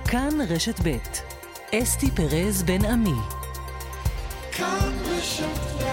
כאן רשת ב' אסתי פרז בן עמי. כאן רשת ב'.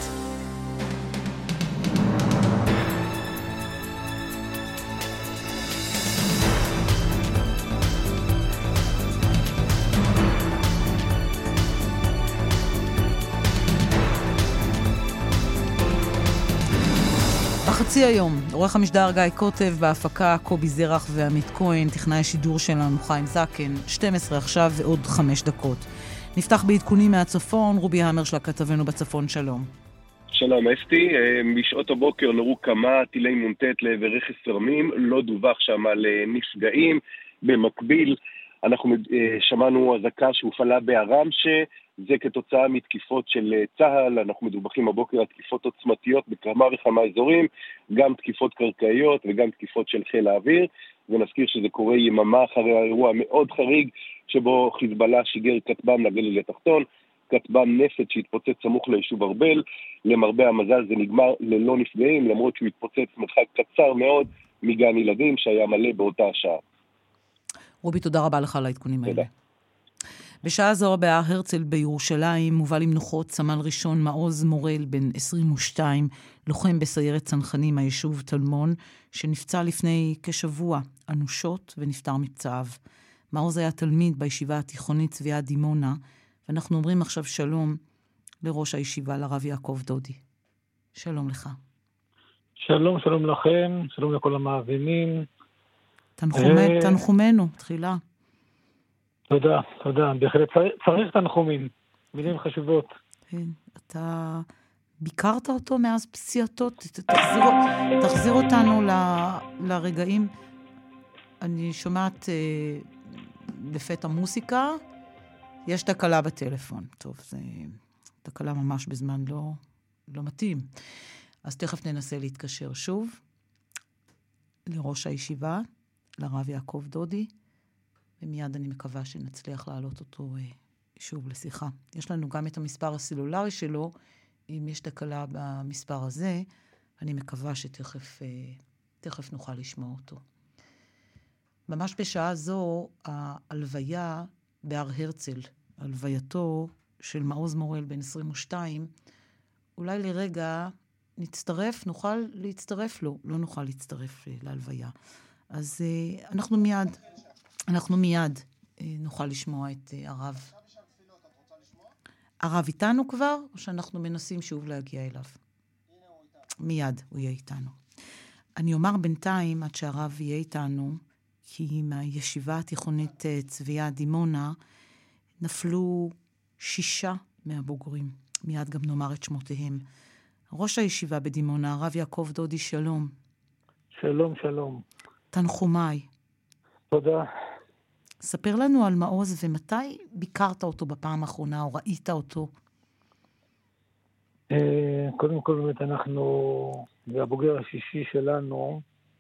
בחצי היום, עורך המשדר גיא קוטב, בהפקה קובי זרח ועמית כהן, טכנאי השידור שלנו חיים זקן, 12 עכשיו ועוד 5 דקות. נפתח בעדכונים מהצפון, רובי המר של הכתבנו בצפון, שלום. שלום אסתי, בשעות הבוקר נורו כמה טילי מונטט לעבר רכס כרמים, לא דווח שם על נפגעים. במקביל אנחנו שמענו אזעקה שהופעלה בערם, שזה כתוצאה מתקיפות של צה"ל. אנחנו מדווחים הבוקר על תקיפות עוצמתיות בכמה וכמה אזורים, גם תקיפות קרקעיות וגם תקיפות של חיל האוויר, ונזכיר שזה קורה יממה אחרי האירוע מאוד חריג שבו חיזבאללה שיגר כטב"ם לגליל התחתון, כטב"ם נפץ שהתפוצץ סמוך ליישוב ארבל. למרבה המזל זה נגמר ללא נפגעים, למרות שהוא התפוצץ מרחק קצר מאוד מגן ילדים שהיה מלא באותה השעה. רובי, תודה רבה לך על העדכונים האלה. תודה. בשעה זו בהר הרצל בירושלים מובל למנוחות סמל ראשון מעוז מורל בן 22, לוחם בסיירת צנחנים מהיישוב תלמון, שנפצע לפני כשבוע אנושות ונפטר מפצעיו. מעוז היה תלמיד בישיבה התיכונית צביה דימונה, ואנחנו אומרים עכשיו שלום לראש הישיבה, לרב יעקב דודי. שלום לך. שלום, שלום לכם, שלום לכל המאזינים. תנחומנו, תחילה. תודה, תודה. בהחלט צריך תנחומים, מילים חשובות. כן, אתה ביקרת אותו מאז פציעתו, תחזיר אותנו לרגעים. אני שומעת לפתע מוסיקה, יש תקלה בטלפון. טוב, זה תקלה ממש בזמן לא מתאים. אז תכף ננסה להתקשר שוב לראש הישיבה, לרב יעקב דודי, ומיד אני מקווה שנצליח להעלות אותו שוב לשיחה. יש לנו גם את המספר הסלולרי שלו, אם יש תקלה במספר הזה, אני מקווה שתכף נוכל לשמוע אותו. ממש בשעה זו, ההלוויה בהר הרצל, הלווייתו של מעוז מורל בן 22, אולי לרגע נוכל להצטרף לו, לא נוכל להצטרף להלוויה. אז אנחנו מיד נוכל לשמוע את הרב. הרב איתנו כבר, או שאנחנו מנסים שוב להגיע אליו? מיד הוא יהיה איתנו. אני אומר בינתיים, עד שהרב יהיה איתנו, כי מהישיבה התיכונית צביה דימונה נפלו 6 מהבוגרים. מיד גם נאמר את שמותיהם. ראש הישיבה בדימונה, הרב יעקב דודי, שלום. שלום, שלום. תנחומיי. תודה. ספר לנו על מעוז ומתי ביקרת אותו בפעם האחרונה או ראית אותו? קודם כל באמת זה הבוגר השישי שלנו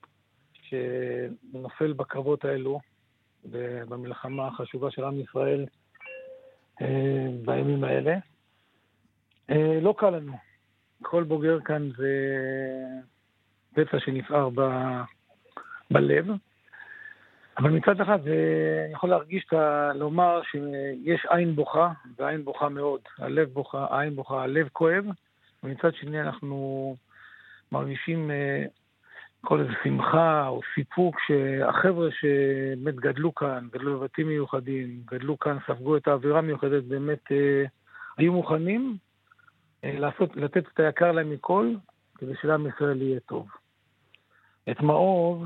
שנופל בקרבות האלו במלחמה החשובה של עם ישראל בימים האלה. לא קל לנו. כל בוגר כאן זה פצע שנפער בלב. אבל מצד אחד אני יכול לומר שיש עין בוכה, ועין בוכה מאוד. הלב בוכה, העין בוכה, הלב כואב. ומצד שני אנחנו מרגישים כל איזה שמחה או סיפוק שהחבר'ה שבאמת גדלו כאן, גדלו בבתים מיוחדים, גדלו כאן, ספגו את האווירה מיוחדת, באמת היו מוכנים לתת את היקר להם מכל, כדי שלעם ישראל יהיה טוב. את מעוז,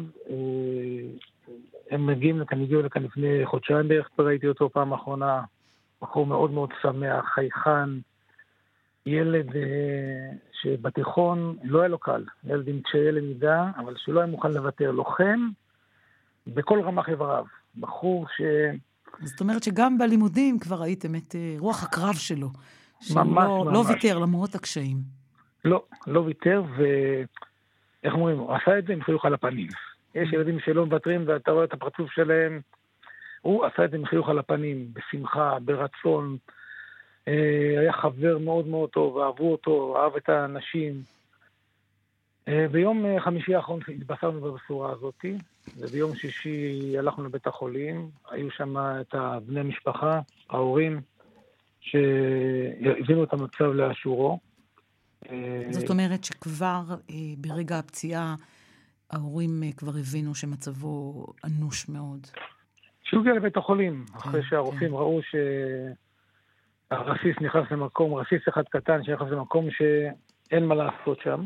הם הגיעו לכאן לפני חודשיים בערך, ראיתי אותו פעם האחרונה, בחור מאוד מאוד שמח, חייכן, ילד שבתיכון לא היה לו קל, ילד עם קשיי למידה, אבל שלא היה מוכן לוותר, לוחם בכל רמ"ח איבריו, בחור זאת אומרת שגם בלימודים כבר ראיתם את רוח הקרב שלו, ממש. לא ויתר למרות הקשיים. לא ויתר, ואיך אומרים, הוא עשה את זה עם חיוך על הפנים. יש ילדים שלא מוותרים ואתה רואה את הפרצוף שלהם, הוא עשה את זה עם חיוך על הפנים, בשמחה, ברצון, היה חבר מאוד מאוד טוב, אהבו אותו, אהב את האנשים. ביום חמישי האחרון התבשרנו בבשורה הזאת, וביום שישי הלכנו לבית החולים, היו שם את בני משפחה, ההורים, שהבינו את המצב לאשורו. זאת אומרת שכבר ברגע הפציעה, ההורים כבר הבינו שמצבו אנוש מאוד. שהוא הגיע לבית החולים, אחרי שהרופאים ראו שהרסיס נכנס למקום, רסיס אחד קטן שנכנס למקום שאין מה לעשות שם.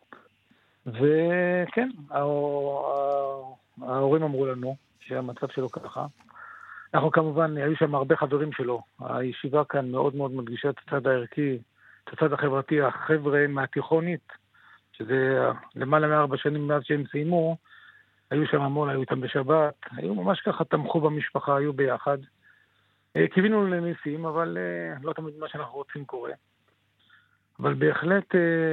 וכן, ההורים אמרו לנו שהמצב שלו ככה. אנחנו כמובן, היו שם הרבה חברים שלו. הישיבה כאן מאוד מאוד מדגישה את הצד הערכי, את הצד החברתי, החבר'ה מהתיכונית, שזה למעלה מ4 שנים מאז שהם סיימו, היו שם המון, היו איתם בשבת, היו ממש ככה, תמכו במשפחה, היו ביחד. קיווינו לניסים, אבל לא תמיד מה שאנחנו רוצים קורה. אבל בהחלט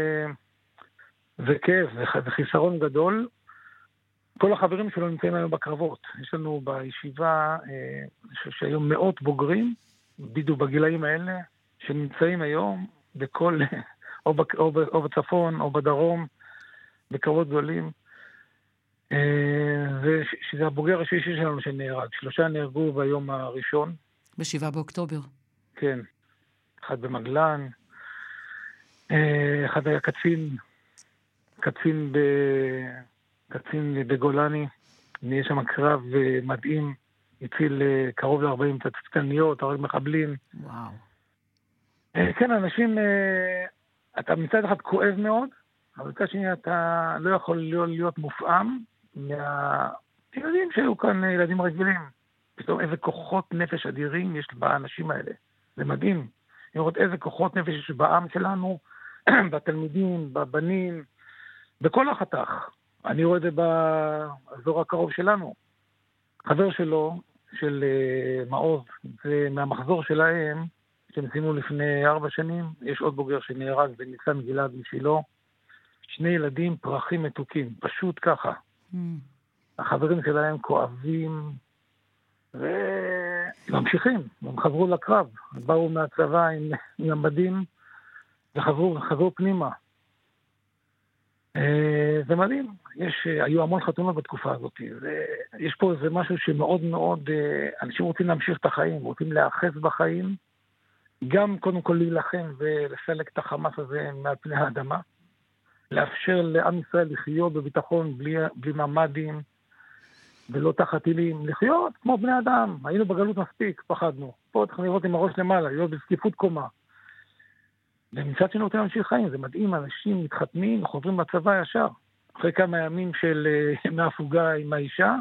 זה כיף, זה חיסרון גדול. כל החברים שלו נמצאים היום בקרבות. יש לנו בישיבה, שהיום מאות בוגרים, בדיוק בגילאים האלה, שנמצאים היום בכל, או בצפון או בדרום, בקרבות גדולים. ושזה הבוגר השלישי שלנו שנהרג. 3 נהרגו ביום הראשון. ב7 באוקטובר. כן. אחד במגלן, אחד היה קצין בגולני, נהיה שם קרב מדהים, הציל קרוב ל40 תצפיתניות, הרג מחבלים. וואו. כן, אנשים, אתה מצד אחד כואב מאוד, אבל מצד שני אתה לא יכול להיות מופעם מהילדים שהיו כאן ילדים רגילים. פתאום איזה כוחות נפש אדירים יש באנשים האלה. זה מדהים. לראות איזה כוחות נפש יש בעם שלנו, בתלמידים, בבנים, בכל החתך. אני רואה את זה באזור הקרוב שלנו. חבר שלו, של מעוז, זה מהמחזור שלהם, שהם סיימו לפני 4 שנים, יש עוד בוגר שנהרג, זה ניצן גלעד משילו. 2 ילדים פרחים מתוקים, פשוט ככה. החברים שלהם כואבים, וממשיכים, הם חזרו לקרב, באו מהצבא עם המדים, וחזרו פנימה. זה מדהים, היו המון חתונות בתקופה הזאת, יש פה איזה משהו שמאוד מאוד, אנשים רוצים להמשיך את החיים, רוצים להאחז בחיים, גם קודם כל להילחם ולסלק את החמאס הזה מעל פני האדמה, לאפשר לעם ישראל לחיות בביטחון בלי ממדים, ולא תחת טילים, לחיות כמו בני אדם. היינו בגלות מספיק, פחדנו. פה צריכים לראות עם הראש למעלה, להיות בסקיפות קומה. ומצד שני רוצים להמשיך חיים, זה מדהים, אנשים מתחתנים, חוזרים לצבא ישר. אחרי כמה ימים של מהפוגה עם האישה,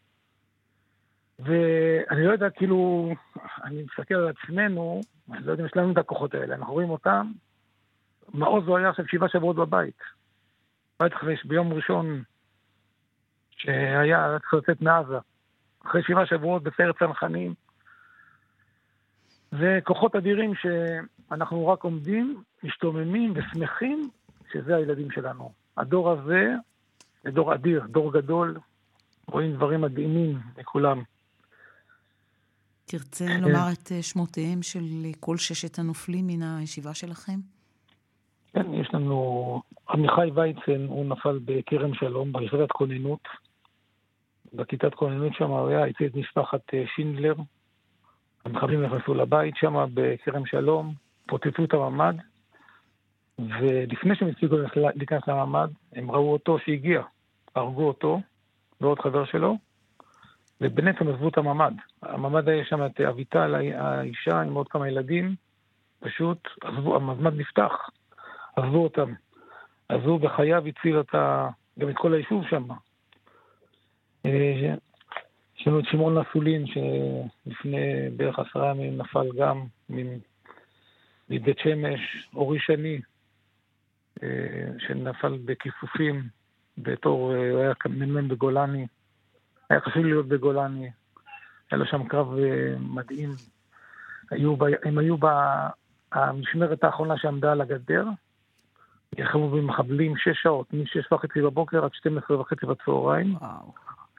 ואני לא יודע, כאילו, אני מסתכל על עצמנו, אני לא יודע אם יש לנו את הכוחות האלה, אנחנו רואים אותם, מעוז הוא היה עכשיו 7 שבועות בבית. בית חמש, ביום ראשון, שהיה צריך לצאת מעזה, אחרי 7 שבועות בסיירת צנחנים, וכוחות אדירים שאנחנו רק עומדים, משתוממים ושמחים, שזה הילדים שלנו. הדור הזה, זה דור אדיר, דור גדול, רואים דברים מדהימים לכולם. תרצה לומר את שמותיהם של כל 6 הנופלים מן הישיבה שלכם? כן, יש לנו עמיחי וייצן, הוא נפל בכרם שלום, ביחידת כוננות. בכיתת כוננות שם היה, הציע את משפחת שינדלר. המחבלים נכנסו לבית שם בכרם שלום, פוצצו את הממד, ולפני שהם הספיקו להיכנס לממד, הם ראו אותו שהגיע, הרגו אותו, ועוד חבר שלו, ובנצם עזבו את הממד. הממד היה שם את אביטל, האישה עם עוד כמה ילדים, פשוט עזבו, הממד נפתח, עזבו אותם. אז הוא בחייו הציל גם את כל היישוב שם. יש לנו את שמעון נסולין, שלפני בערך 10 ימים נפל גם מבית שמש, אורי שני, שנפל בכיסופים, בתור, הוא היה מ"מ בגולני, היה חשוב להיות בגולני, היה לו שם קרב מדהים, הם היו במשמרת האחרונה שעמדה על הגדר, יחמו במחבלים 6 שעות, מ-6:30 בבוקר עד 12:30 בצהריים. וואו.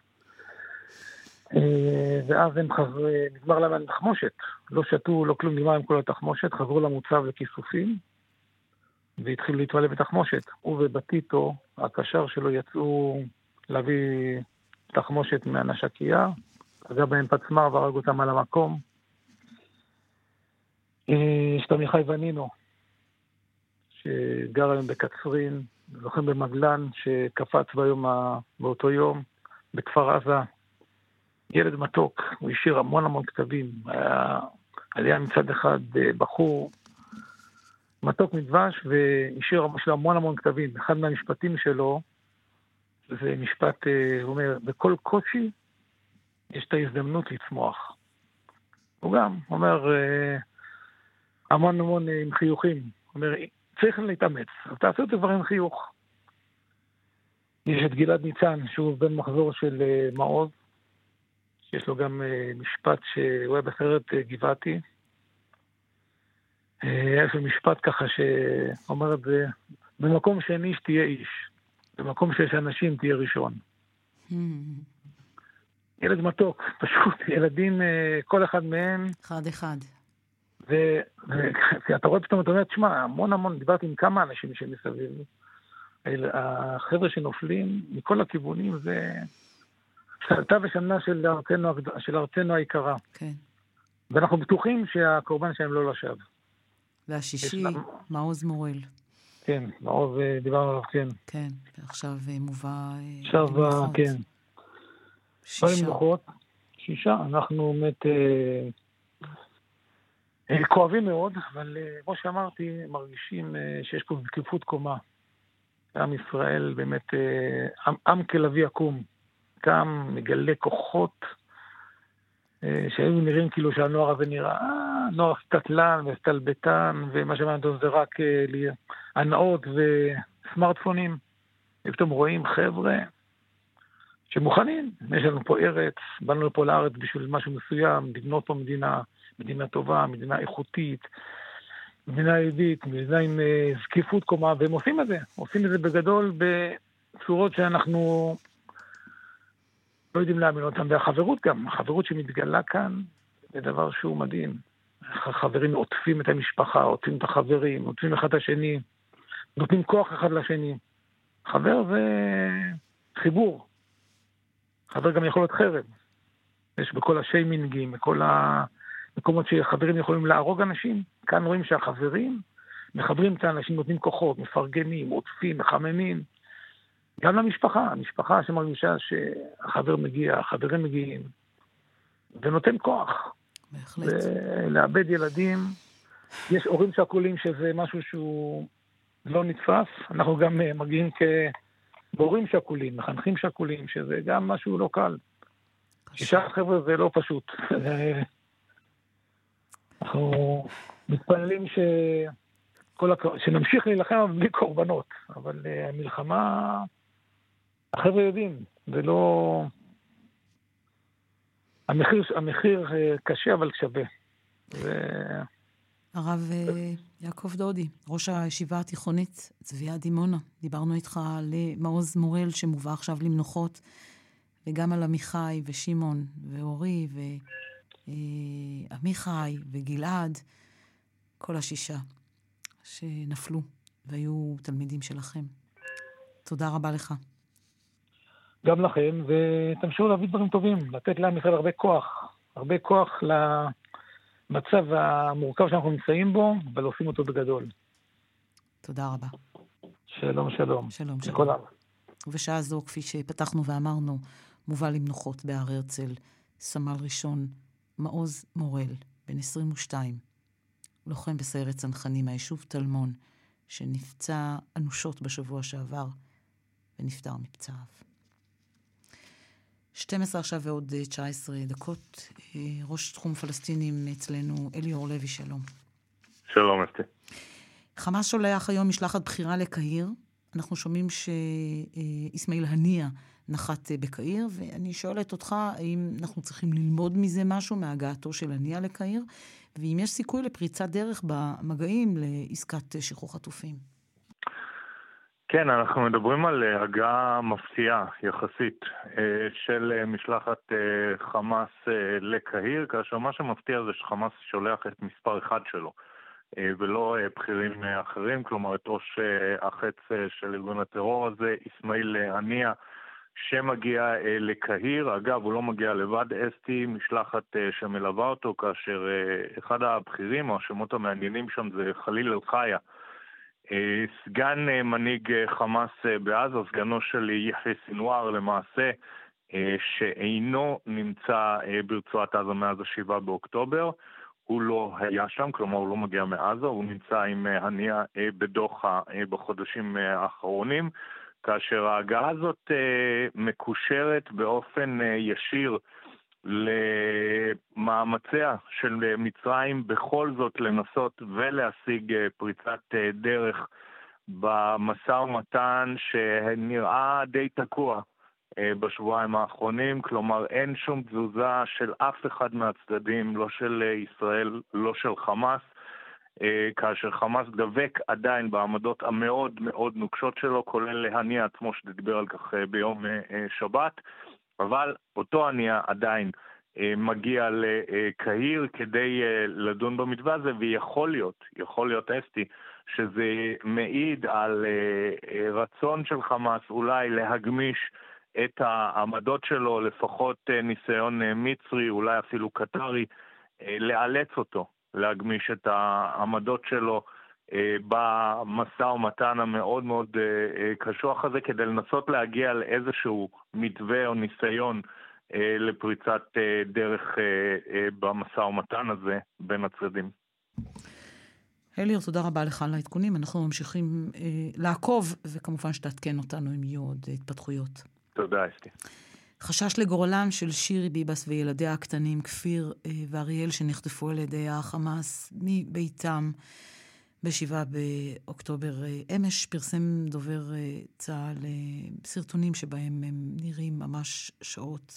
ואז הם חזרו, נגמר להם תחמושת, לא שתו, לא כלום, נגמר עם כל התחמושת, חזרו למוצב לכיסופים, והתחילו להתמלא בתחמושת. הוא ובטיטו, הקשר שלו, יצאו להביא תחמושת מהנשקייה, פגע בהם פצמ"ר והרג אותם על המקום. יש את עמיחי ונינו, שגר היום בקצרין, לוחם במגלן, שקפץ באותו יום, בכפר עזה. ילד מתוק, הוא השאיר המון כתבים. היה מצד אחד בחור מתוק מדבש, והשאיר המון כתבים. אחד מהמשפטים שלו, זה משפט, הוא אומר, בכל קושי יש את ההזדמנות לצמוח. הוא גם אומר המון עם חיוכים. הוא אומר, צריך להתאמץ, אז תעשו את הדברים עם חיוך. יש את גלעד ניצן, שהוא בן מחזור של מעוז, שיש לו גם משפט שהוא היה בסרט גבעתי. יש לו משפט ככה שאומר את זה, במקום שאין איש תהיה איש, במקום שיש אנשים תהיה ראשון. ילד מתוק, פשוט ילדים, כל אחד מהם. אחד. ואתה רואה פתאום, אתה אומר, תשמע, המון, דיברתי עם כמה אנשים שמסביב. החבר'ה שנופלים מכל הכיוונים זה שלטה ושנה של ארצנו היקרה. כן. ואנחנו בטוחים שהקורבן שלהם לא לשווא. והשישי, מעוז מורל. כן, מעוז דיברנו עליו, כן. כן, ועכשיו מובא עכשיו, כן. 6. למנוחות. 6, אנחנו באמת כואבים מאוד, אבל כמו שאמרתי, מרגישים שיש פה זקיפות קומה. עם ישראל באמת, עם כלביא יקום, קם, מגלה כוחות, שהיו נראים כאילו שהנוער הזה נראה, נוער סטטלן וסטלבטן, ומה שמעניין זה רק הנאות וסמארטפונים. ופתאום רואים חבר'ה שמוכנים, יש לנו פה ארץ, באנו לפה לארץ בשביל משהו מסוים, לבנות פה מדינה טובה, מדינה איכותית, מדינה יהודית, מדינה עם זקיפות קומה, והם עושים את זה בגדול בצורות שאנחנו לא יודעים להאמין אותם, והחברות גם, החברות שמתגלה כאן, זה דבר שהוא מדהים. החברים עוטפים את המשפחה, עוטפים את החברים, עוטפים אחד את השני, נותנים כוח אחד לשני. חבר זה חיבור. חבר גם יכול להיות חרב. יש בכל השיימינגים, בכל המקומות שחברים יכולים להרוג אנשים. כאן רואים שהחברים מחברים את האנשים, נותנים כוחות, מפרגנים, עוטפים, מחממים. גם למשפחה, המשפחה שמרגישה שהחבר מגיע, החברים מגיעים, ונותן כוח. בהחלט. ולאבד ילדים, יש הורים שכולים שזה משהו שהוא לא נתפס, אנחנו גם מגיעים כהורים שכולים, מחנכים שכולים, שזה גם משהו לא קל. 6 חבר'ה זה לא פשוט. אנחנו מתפללים שנמשיך להילחם בלי קורבנות, אבל המלחמה, החבר'ה יודעים, זה לא... המחיר קשה אבל שווה. הרב יעקב דודי, ראש הישיבה התיכונית צביה דימונה, דיברנו איתך על מעוז מורל שמובא עכשיו למנוחות, וגם על עמיחי ושמעון ואורי ועמיחי וגלעד, כל 6 שנפלו והיו תלמידים שלכם. תודה רבה לך. גם לכם, ותמשיכו להביא דברים טובים, לתת לעם ישראל הרבה כוח למצב המורכב שאנחנו נמצאים בו, אבל עושים אותו בגדול. תודה רבה. שלום. שלום. לכולם. ובשעה זו, כפי שפתחנו ואמרנו, מובא למנוחות בהר הרצל, סמל ראשון מעוז מורל, בן 22, לוחם בסיירת צנחנים מהיישוב תלמון, שנפצע אנושות בשבוע שעבר, ונפטר מפצעיו. 12 עכשיו ועוד 19 דקות. ראש תחום פלסטינים אצלנו, אליאור לוי, שלום. שלום, אסתי. חמאס שולח היום משלחת בחירה לקהיר. אנחנו שומעים שאיסמעיל הנייה נחת בקהיר, ואני שואלת אותך, האם אנחנו צריכים ללמוד מזה משהו, מהגעתו של הנייה לקהיר, ואם יש סיכוי לפריצת דרך במגעים לעסקת שחרור חטופים. כן, אנחנו מדברים על הגעה מפתיעה יחסית של משלחת חמאס לקהיר, כאשר מה שמפתיע זה שחמאס שולח את מספר 1 שלו, ולא בכירים אחרים, כלומר את ראש החץ של ארגון הטרור הזה, איסמעיל הנייה, שמגיע לקהיר. אגב, הוא לא מגיע לבד, אסתי, משלחת שמלווה אותו, כאשר אחד הבכירים או השמות המעניינים שם זה חליל אל-חיה, סגן מנהיג חמאס בעזה, סגנו של יחיא סינואר למעשה, שאינו נמצא ברצועת עזה מאז 7 באוקטובר. הוא לא היה שם, כלומר הוא לא מגיע מעזה, הוא נמצא עם הנייה בדוחה בחודשים האחרונים, כאשר ההגעה הזאת מקושרת באופן ישיר למאמציה של מצרים בכל זאת לנסות ולהשיג פריצת דרך במשא ומתן שנראה די תקוע בשבועיים האחרונים. כלומר אין שום תזוזה של אף אחד מהצדדים, לא של ישראל, לא של חמאס, כאשר חמאס דבק עדיין בעמדות המאוד מאוד נוקשות שלו, כולל להניע עצמו שדיבר על כך ביום שבת, אבל אותו הניע עדיין מגיע לקהיר כדי לדון במתווה הזה, ויכול להיות אסתי, שזה מעיד על רצון של חמאס אולי להגמיש את העמדות שלו, לפחות ניסיון מצרי, אולי אפילו קטרי, לאלץ אותו להגמיש את העמדות שלו במשא ומתן המאוד מאוד קשוח הזה, כדי לנסות להגיע לאיזשהו מתווה או ניסיון לפריצת דרך במשא ומתן הזה בין הצדדים. אליר, תודה רבה לך על העדכונים. אנחנו ממשיכים לעקוב, וכמובן שתעדכן אותנו אם יהיו עוד התפתחויות. תודה, אסתי. חשש לגורלם של שירי ביבס וילדיה הקטנים, כפיר ואריאל, שנחטפו על ידי החמאס מביתם ב7 באוקטובר. אמש פרסם דובר צה"ל סרטונים שבהם הם נראים ממש שעות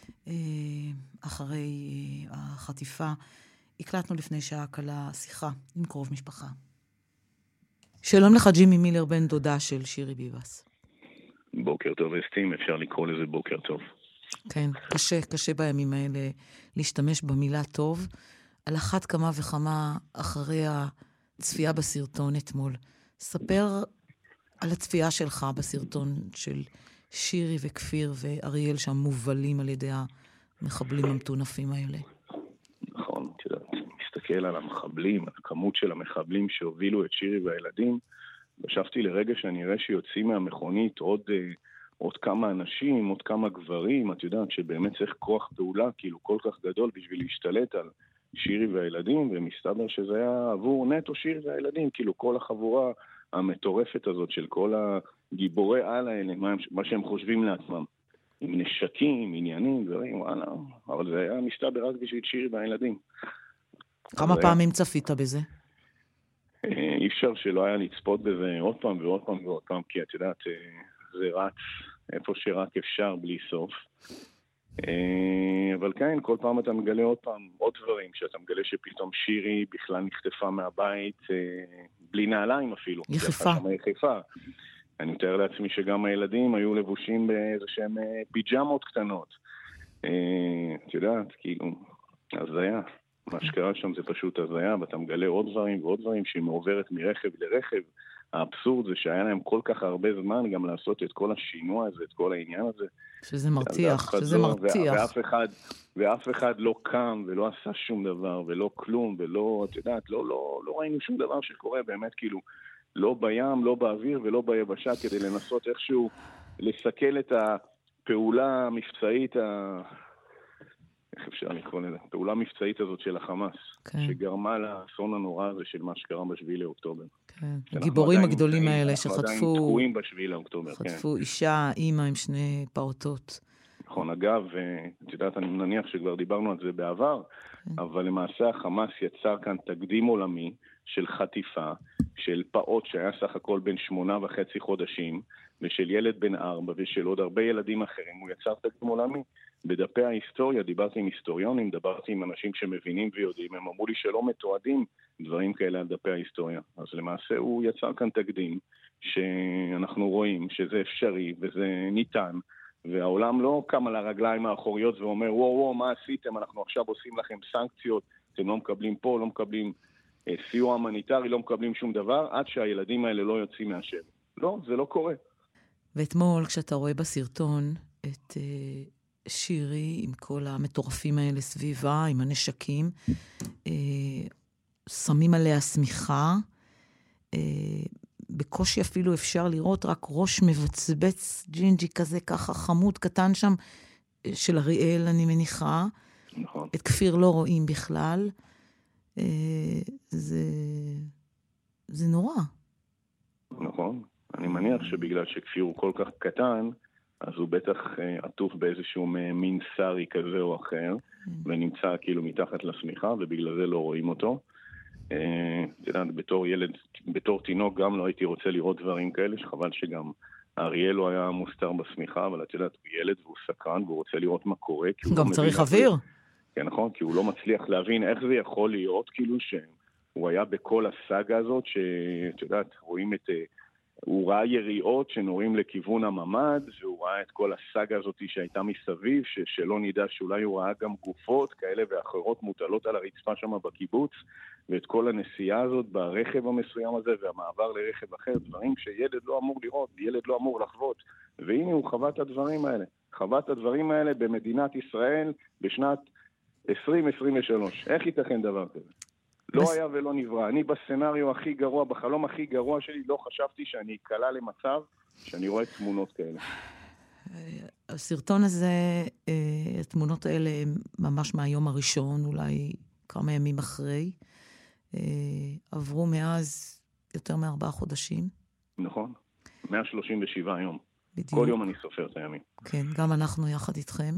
אחרי החטיפה. הקלטנו לפני שעה קלה שיחה עם קרוב משפחה. שלום לך, ג'ימי מילר, בן דודה של שירי ביבס. בוקר טוב, אסתים, אפשר לקרוא לזה בוקר טוב. כן, קשה בימים האלה להשתמש במילה טוב, על אחת כמה וכמה אחרי הצפייה בסרטון אתמול. ספר על הצפייה שלך בסרטון של שירי וכפיר ואריאל שם מובלים על ידי המחבלים המטונפים האלה. נכון, את יודעת, מסתכל על המחבלים, על הכמות של המחבלים שהובילו את שירי והילדים, חשבתי לרגע שאני אראה שיוצאים מהמכונית עוד כמה אנשים, עוד כמה גברים, את יודעת שבאמת צריך כוח פעולה כאילו כל כך גדול בשביל להשתלט על שירי והילדים, ומסתבר שזה היה עבור נטו שירי והילדים, כאילו כל החבורה המטורפת הזאת של כל הגיבורי על האלה, מה שהם חושבים לעצמם, עם נשקים, עניינים, דברים, וואלה, אבל זה היה מסתבר רק בשביל שירי והילדים. כמה פעמים צפית בזה? אי אפשר שלא היה לצפות בזה עוד פעם ועוד פעם ועוד פעם, כי את יודעת, זה רץ איפה שרק אפשר בלי סוף. אבל כן, כל פעם אתה מגלה עוד פעם עוד דברים, שאתה מגלה שפתאום שירי בכלל נחטפה מהבית, בלי נעליים אפילו. יחיפה. אני מתאר לעצמי שגם הילדים היו לבושים באיזה שהם פיג'מות קטנות. את יודעת, כאילו, אז זה היה. מה שקרה שם זה פשוט הזיה, ואתה מגלה עוד דברים ועוד דברים שהיא מעוברת מרכב לרכב. האבסורד זה שהיה להם כל כך הרבה זמן גם לעשות את כל השינוע הזה, את כל העניין הזה. שזה מרתיח, שזה מרתיח. ואף אחד לא קם ולא עשה שום דבר ולא כלום ולא, את יודעת, לא ראינו שום דבר שקורה באמת כאילו, לא בים, לא באוויר ולא ביבשה, כדי לנסות איכשהו לסכל את הפעולה המבצעית איך אפשר לקרוא לזה? פעולה מבצעית הזאת של החמאס, שגרמה לאסון הנורא הזה של מה שקרה ב7 לאוקטובר. הגיבורים הגדולים האלה שחטפו... אנחנו עדיין תקועים ב7 לאוקטובר. חטפו אישה, אימא עם 2 פעוטות. נכון, אגב, את יודעת, אני מניח שכבר דיברנו על זה בעבר, אבל למעשה החמאס יצר כאן תקדים עולמי של חטיפה, של פעוט שהיה סך הכל בין 8.5 חודשים, ושל ילד בן 4, ושל עוד הרבה ילדים אחרים. הוא יצר תקדים עולמי. בדפי ההיסטוריה, דיברתי עם היסטוריונים, דיברתי עם אנשים שמבינים ויודעים, הם אמרו לי שלא מתועדים דברים כאלה על דפי ההיסטוריה. אז למעשה הוא יצר כאן תקדים שאנחנו רואים שזה אפשרי וזה ניתן, והעולם לא קם על הרגליים האחוריות ואומר, וואו, מה עשיתם? אנחנו עכשיו עושים לכם סנקציות, אתם לא מקבלים פה, לא מקבלים סיוע המניטרי, לא מקבלים שום דבר, עד שהילדים האלה לא יוצאים מהשבי. לא, זה לא קורה. ואתמול, כשאתה רואה בסרטון את שירי עם כל המטורפים האלה סביבה, עם הנשקים, שמים עליה סמיכה, בקושי אפילו אפשר לראות רק ראש מבצבץ ג'ינג'י כזה, ככה חמוד קטן שם, של אריאל, אני מניחה. נכון. את כפיר לא רואים בכלל. זה נורא. נכון. אני מניח שבגלל שכפיר הוא כל כך קטן, אז הוא בטח עטוף באיזשהו מין סרי כזה או אחר, ונמצא כאילו מתחת לסמיכה, ובגלל זה לא רואים אותו. בתור ילד, בתור תינוק גם לא הייתי רוצה לראות דברים כאלה, שחבל שגם אריאל הוא היה מוסתר בסמיכה, אבל את יודעת, הוא ילד והוא סקרן, והוא רוצה לראות מה קורה. גם צריך אוויר. כן, נכון, כי הוא לא מצליח להבין איך זה יכול להיות, כאילו שהוא היה בכל הסאגה הזאת, שאת יודעת, רואים את... הוא ראה יריעות שנורים לכיוון הממד, והוא ראה את כל הסאגה הזאת שהייתה מסביב, שלא נדע שאולי הוא ראה גם גופות כאלה ואחרות מוטלות על הרצפה שם בקיבוץ, ואת כל הנסיעה הזאת ברכב המסוים הזה, והמעבר לרכב אחר, דברים שילד לא אמור לראות, ילד לא אמור לחוות. והנה הוא חווה את הדברים האלה. חווה את הדברים האלה במדינת ישראל בשנת 2023. איך ייתכן דבר כזה? לא היה ולא נברא. אני בסצנריו הכי גרוע, בחלום הכי גרוע שלי, לא חשבתי שאני אקלע למצב שאני רואה תמונות כאלה. הסרטון הזה, התמונות האלה הם ממש מהיום הראשון, אולי כמה ימים אחרי. עברו מאז יותר מ4 חודשים. נכון. 137 יום. בדיוק. כל יום אני סופר את הימים. כן, גם אנחנו יחד איתכם.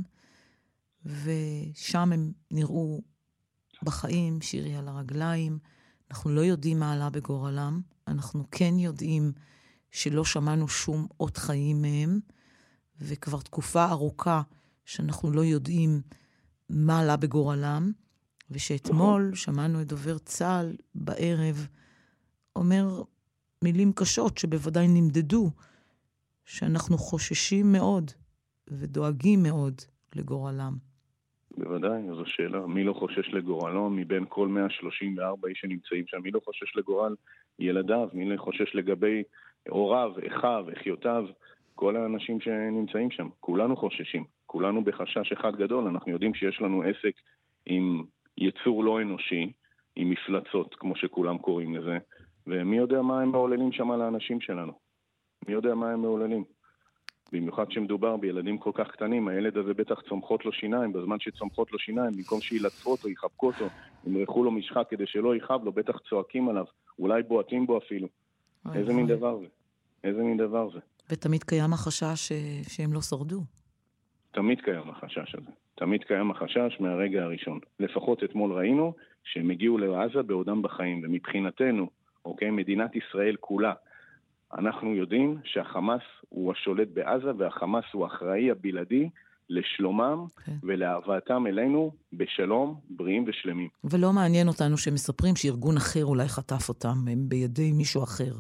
ושם הם נראו בחיים, שירי על הרגליים. אנחנו לא יודעים מה עלה בגורלם. אנחנו כן יודעים שלא שמענו שום אות חיים מהם, וכבר תקופה ארוכה שאנחנו לא יודעים מה עלה בגורלם, ושאתמול שמענו את דובר צה"ל בערב אומר מילים קשות שבוודאי נמדדו, שאנחנו חוששים מאוד ודואגים מאוד לגורלם. בוודאי, זו שאלה. מי לא חושש לגורלו? מבין כל 134 איש שנמצאים שם, מי לא חושש לגורל ילדיו? מי לא חושש לגבי הוריו, אחיו, אחיותיו? כל האנשים שנמצאים שם. כולנו חוששים. כולנו בחשש אחד גדול. אנחנו יודעים שיש לנו עסק עם יצור לא אנושי, עם מפלצות, כמו שכולם קוראים לזה. ומי יודע מה הם מעוללים שם על האנשים שלנו? מי יודע מה הם מעוללים? במיוחד שמדובר בילדים כל כך קטנים, הילד הזה בטח צומחות לו שיניים, בזמן שצומחות לו שיניים, במקום שילטפו אותו, יחבקו אותו, ימרחו לו משחה כדי שלא יחב לו, בטח צועקים עליו, אולי בועטים בו אפילו. איזה מין דבר זה? איזה מין דבר זה? ותמיד קיים החשש שהם לא שרדו. תמיד קיים החשש הזה. תמיד קיים החשש מהרגע הראשון. לפחות אתמול ראינו שהם הגיעו לעזה בעודם בחיים, ומבחינתנו, אוקיי, מדינת ישראל כולה, אנחנו יודעים שהחמאס הוא השולט בעזה, והחמאס הוא האחראי הבלעדי לשלומם ולהבאתם אלינו בשלום, בריאים ושלמים. ולא מעניין אותנו שמספרים שארגון אחר אולי חטף אותם, הם בידי מישהו אחר.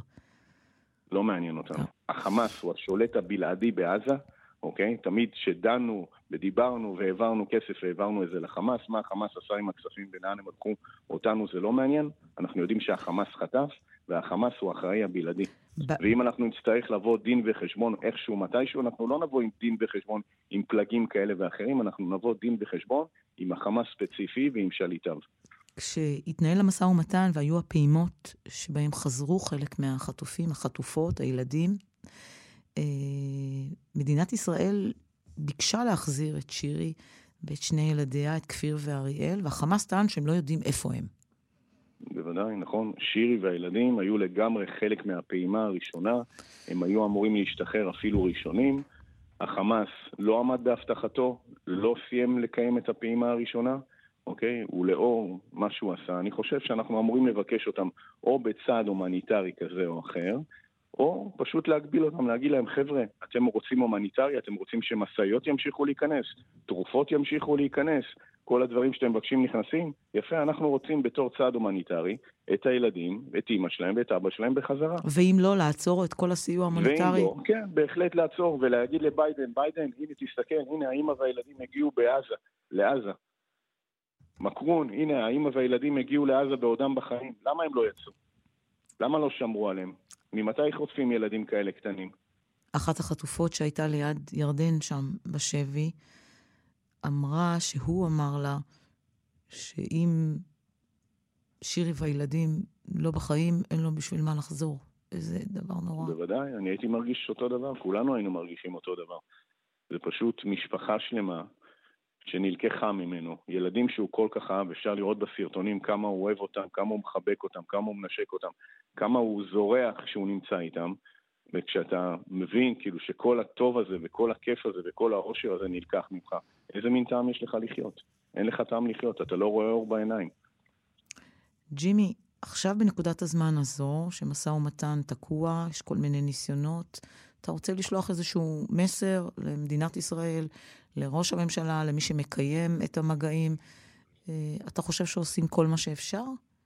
לא מעניין אותנו. החמאס הוא השולט הבלעדי בעזה, אוקיי? תמיד שדנו ודיברנו והעברנו כסף והעברנו את זה לחמאס, מה החמאס עשה עם הכספים ולאן הם לקחו אותנו, זה לא מעניין. אנחנו יודעים שהחמאס חטף, והחמאס הוא האחראי הבלעדי. ואם אנחנו נצטרך לבוא דין וחשבון איכשהו מתישהו, אנחנו לא נבוא עם דין וחשבון עם פלגים כאלה ואחרים, אנחנו נבוא דין וחשבון עם החמאס ספציפי ועם שליטיו. כשהתנהל המשא ומתן והיו הפעימות שבהם חזרו חלק מהחטופים, החטופות, הילדים, מדינת ישראל ביקשה להחזיר את שירי ואת שני ילדיה, את כפיר ואריאל, והחמאס טען שהם לא יודעים איפה הם. בוודאי, נכון. שירי והילדים היו לגמרי חלק מהפעימה הראשונה, הם היו אמורים להשתחרר אפילו ראשונים. החמאס לא עמד בהבטחתו, לא סיים לקיים את הפעימה הראשונה, אוקיי? ולאור מה שהוא עשה, אני חושב שאנחנו אמורים לבקש אותם או בצד הומניטרי כזה או אחר, או פשוט להגביל אותם, להגיד להם, חבר'ה, אתם רוצים הומניטרי, אתם רוצים שמסעיות ימשיכו להיכנס, תרופות ימשיכו להיכנס, כל הדברים שאתם מבקשים נכנסים, יפה, אנחנו רוצים בתור צעד הומניטרי את הילדים, את אמא שלהם ואת אבא שלהם בחזרה. ואם לא, לעצור את כל הסיוע ההומניטרי? לא, כן, בהחלט לעצור ולהגיד לביידן, הנה תסתכל, הנה האמא והילדים הגיעו לעזה. מקרון, הנה האמא והילדים הגיעו לעזה בעודם בחיים. למה הם לא יצאו? למה לא שמרו עליהם? ממתי חוטפים ילדים כאלה קטנים? אחת החטופות שהייתה ליד ירדן שם בשבי, אמרה שהוא אמר לה שאם שירי והילדים לא בחיים, אין לו בשביל מה לחזור. איזה דבר נורא. בוודאי, אני הייתי מרגיש אותו דבר, כולנו היינו מרגישים אותו דבר. זה פשוט משפחה שלמה שנלקחה ממנו, ילדים שהוא כל כך אהב, אפשר לראות בסרטונים כמה הוא אוהב אותם, כמה הוא מחבק אותם, כמה הוא מנשק אותם, כמה הוא זורח כשהוא נמצא איתם, וכשאתה מבין כאילו שכל הטוב הזה וכל הכיף הזה וכל העושר הזה נלקח ממך, איזה מין טעם יש לך לחיות? אין לך טעם לחיות, אתה לא רואה אור בעיניים. ג'ימי, עכשיו בנקודת הזמן הזו, שמסע ומתן תקוע, יש כל מיני ניסיונות, אתה רוצה לשלוח איזשהו מסר למדינת ישראל, לראש הממשלה, למי שמקיים את המגעים? אתה חושב שעושים כל מה שאפשר?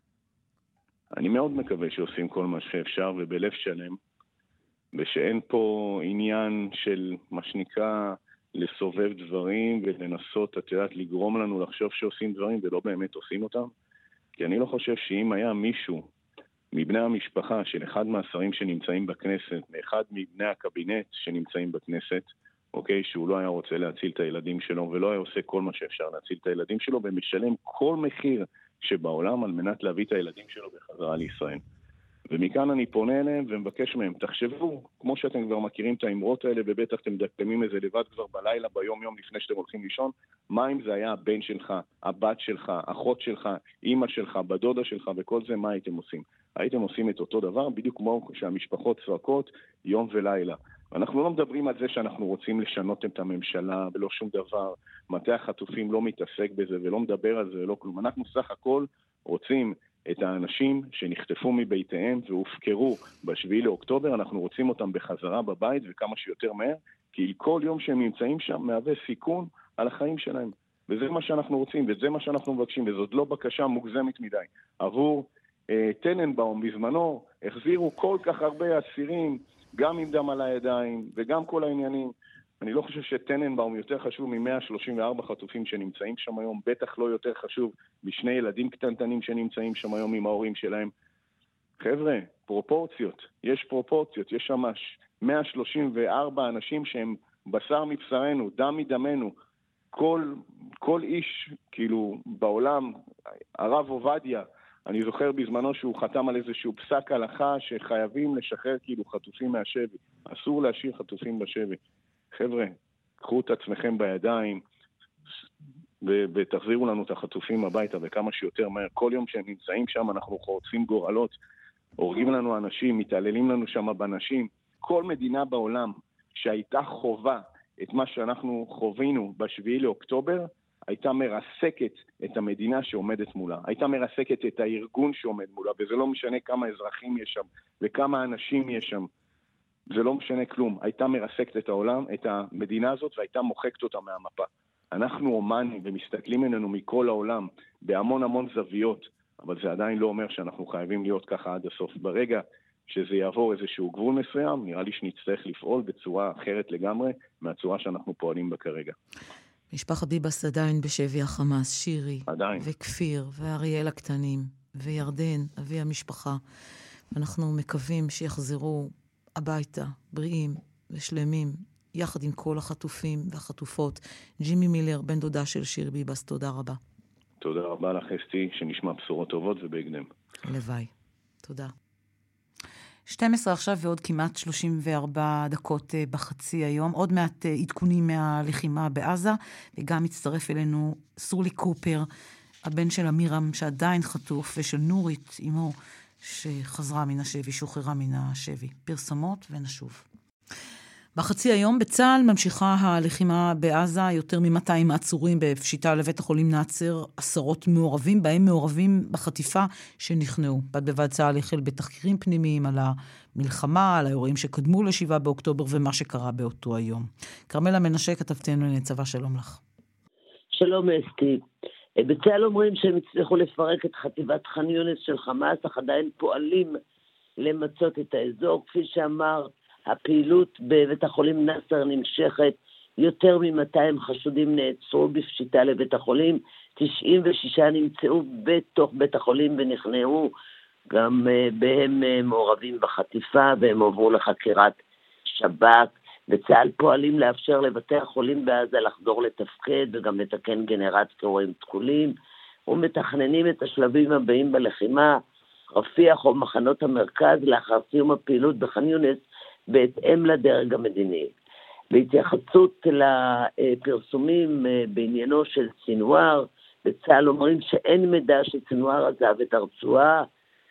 אני מאוד מקווה שעושים כל מה שאפשר ובלב שלם, ושאין פה עניין של מה שנקרא לסובב דברים ולנסות, את יודעת, לגרום לנו לחשוב שעושים דברים ולא באמת עושים אותם. כי אני לא חושב שאם היה מישהו מבני המשפחה של אחד מהשרים שנמצאים בכנסת, מאחד מבני הקבינט שנמצאים בכנסת, אוקיי, שהוא לא היה רוצה להציל את הילדים שלו ולא היה עושה כל מה שאפשר להציל את הילדים שלו ומשלם כל מחיר שבעולם על מנת להביא את הילדים שלו בחזרה לישראל. ומכאן אני פונה אליהם ומבקש מהם, תחשבו, כמו שאתם כבר מכירים את האמרות האלה, ובטח אתם מדקדמים את זה לבד כבר בלילה, ביום יום לפני שאתם הולכים לישון, מה אם זה היה הבן שלך, הבת שלך, אחות שלך, אמא שלך, בדודה שלך וכל זה, מה הייתם עושים? הייתם עושים את אותו דבר, בדיוק כמו שהמשפחות צועקות יום ולילה. אנחנו לא מדברים על זה שאנחנו רוצים לשנות את הממשלה ולא שום דבר, מטה החטופים לא מתעסק בזה ולא מדבר על זה ולא כלום. אנחנו סך הכל רוצים את האנשים שנחטפו מביתיהם והופקרו ב7 לאוקטובר, אנחנו רוצים אותם בחזרה בבית וכמה שיותר מהר, כי כל יום שהם נמצאים שם מהווה סיכון על החיים שלהם. וזה מה שאנחנו רוצים, וזה מה שאנחנו מבקשים, וזאת לא בקשה מוגזמת מדי. עבור טננבאום בזמנו החזירו כל כך הרבה אסירים, גם עם דם על הידיים וגם כל העניינים. אני לא חושב שטננבאום יותר חשוב מ-134 חטופים שנמצאים שם היום, בטח לא יותר חשוב משני ילדים קטנטנים שנמצאים שם היום עם ההורים שלהם. חבר'ה, פרופורציות, יש פרופורציות, יש שם 134 אנשים שהם בשר מבשרנו, דם מדמנו. כל איש, כאילו, בעולם, הרב עובדיה, אני זוכר בזמנו שהוא חתם על איזשהו פסק הלכה שחייבים לשחרר כאילו חטופים מהשבי. אסור להשאיר חטופים בשבי. חבר'ה, קחו את עצמכם בידיים ותחזירו לנו את החטופים הביתה וכמה שיותר מהר. כל יום שהם נמצאים שם אנחנו חורצים גורלות, הורגים לנו אנשים, מתעללים לנו שם בנשים. כל מדינה בעולם שהייתה חובה את מה שאנחנו חווינו ב7 לאוקטובר, הייתה מרסקת את המדינה שעומדת מולה. הייתה מרסקת את הארגון שעומד מולה, וזה לא משנה כמה אזרחים יש שם וכמה אנשים יש שם. זה לא משנה כלום. הייתה מרסקת את העולם, את המדינה הזאת, והייתה מוחקת אותה מהמפה. אנחנו הומנים ומסתכלים ממנו מכל העולם, בהמון המון זוויות, אבל זה עדיין לא אומר שאנחנו חייבים להיות ככה עד הסוף. ברגע שזה יעבור איזשהו גבול מסוים, נראה לי שנצטרך לפעול בצורה אחרת לגמרי, מהצורה שאנחנו פועלים בה כרגע. משפחת ביבס עדיין בשבי החמאס, שירי, עדיין. וכפיר, ואריאל הקטנים, וירדן, אבי המשפחה. אנחנו מקווים שיחזרו הביתה, בריאים ושלמים, יחד עם כל החטופים והחטופות. ג'ימי מילר, בן דודה של שיר ביבס, תודה רבה. תודה רבה לך, אסתי, שנשמע בשורות טובות ובהקדם. הלוואי. תודה. 12 עכשיו ועוד כמעט 34 דקות בחצי היום. עוד מעט עדכונים מהלחימה בעזה, וגם מצטרף אלינו סורלי קופר, הבן של אמירם שעדיין חטוף, ושל נורית, אמו, שחזרה מן השבי, שוחררה מן השבי. פרסומות ונשוב. בחצי היום בצה"ל ממשיכה הלחימה בעזה, יותר מ-200 עצורים בפשיטה לבית החולים נאצר, עשרות מעורבים, בהם מעורבים בחטיפה שנכנעו. בד בבד צה"ל החל בתחקירים פנימיים על המלחמה, על האירועים שקדמו ל7 באוקטובר ומה שקרה באותו היום. כרמלה מנשה, כתבתנו לצבא, שלום לך. שלום אסתי. בצה"ל אומרים שהם הצליחו לפרק את חטיבת ח'אן יונס של חמאס, אך עדיין פועלים למצות את האזור. כפי שאמר, הפעילות בבית החולים נאצר נמשכת, יותר מ-200 חשודים נעצרו בפשיטה לבית החולים, 96 נמצאו בתוך בית החולים ונכנעו, גם בהם מעורבים בחטיפה, והם עוברו לחקירת שב"כ וצה"ל פועלים לאפשר לבתי החולים בעזה לחזור לתפקד וגם לתקן גנרטורים תקולים, ומתכננים את השלבים הבאים בלחימה, רפיח או מחנות המרכז לאחר סיום הפעילות בח'אן יונס בהתאם לדרג המדיני. בהתייחסות לפרסומים בעניינו של סינואר, בצה"ל אומרים שאין מידע שסינואר עזב את הרצועה.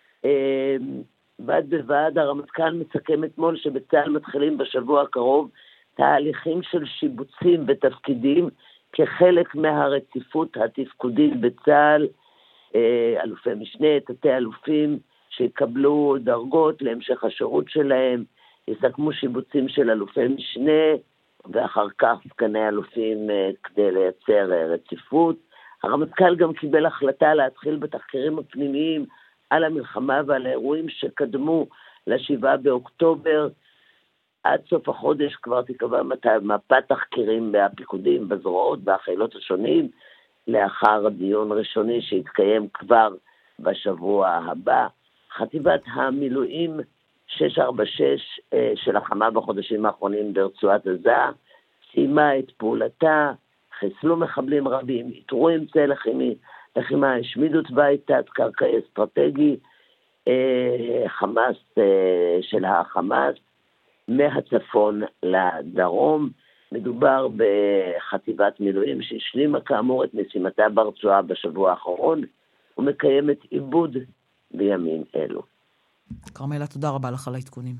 בד בבד הרמטכ"ל מסכם אתמול שבצה"ל מתחילים בשבוע הקרוב תהליכים של שיבוצים בתפקידים כחלק מהרציפות התפקודית בצה"ל, אלופי משנה, תתי אלופים שיקבלו דרגות להמשך השירות שלהם, יסכמו שיבוצים של אלופי משנה ואחר כך סגני אלופים כדי לייצר רציפות. הרמטכ"ל גם קיבל החלטה להתחיל בתחקירים הפנימיים על המלחמה ועל האירועים שקדמו ל7 באוקטובר. עד סוף החודש כבר תיקבע מפת תחקירים בפיקודים, בזרועות, בחילות השונים, לאחר הדיון ראשוני שהתקיים כבר בשבוע הבא. חטיבת המילואים 646 של החמה בחודשים האחרונים ברצועת עזה, סיימה את פעולתה, חיסלו מחבלים רבים, איתרו אמצעי לחימה, השמידו צבא תת-קרקעי אסטרטגי, חמאס של החמאס, מהצפון לדרום. מדובר בחטיבת מילואים שהשלימה כאמור את משימתה ברצועה בשבוע האחרון, ומקיימת עיבוד בימים אלו. קרמלה, תודה רבה לך על העדכונים.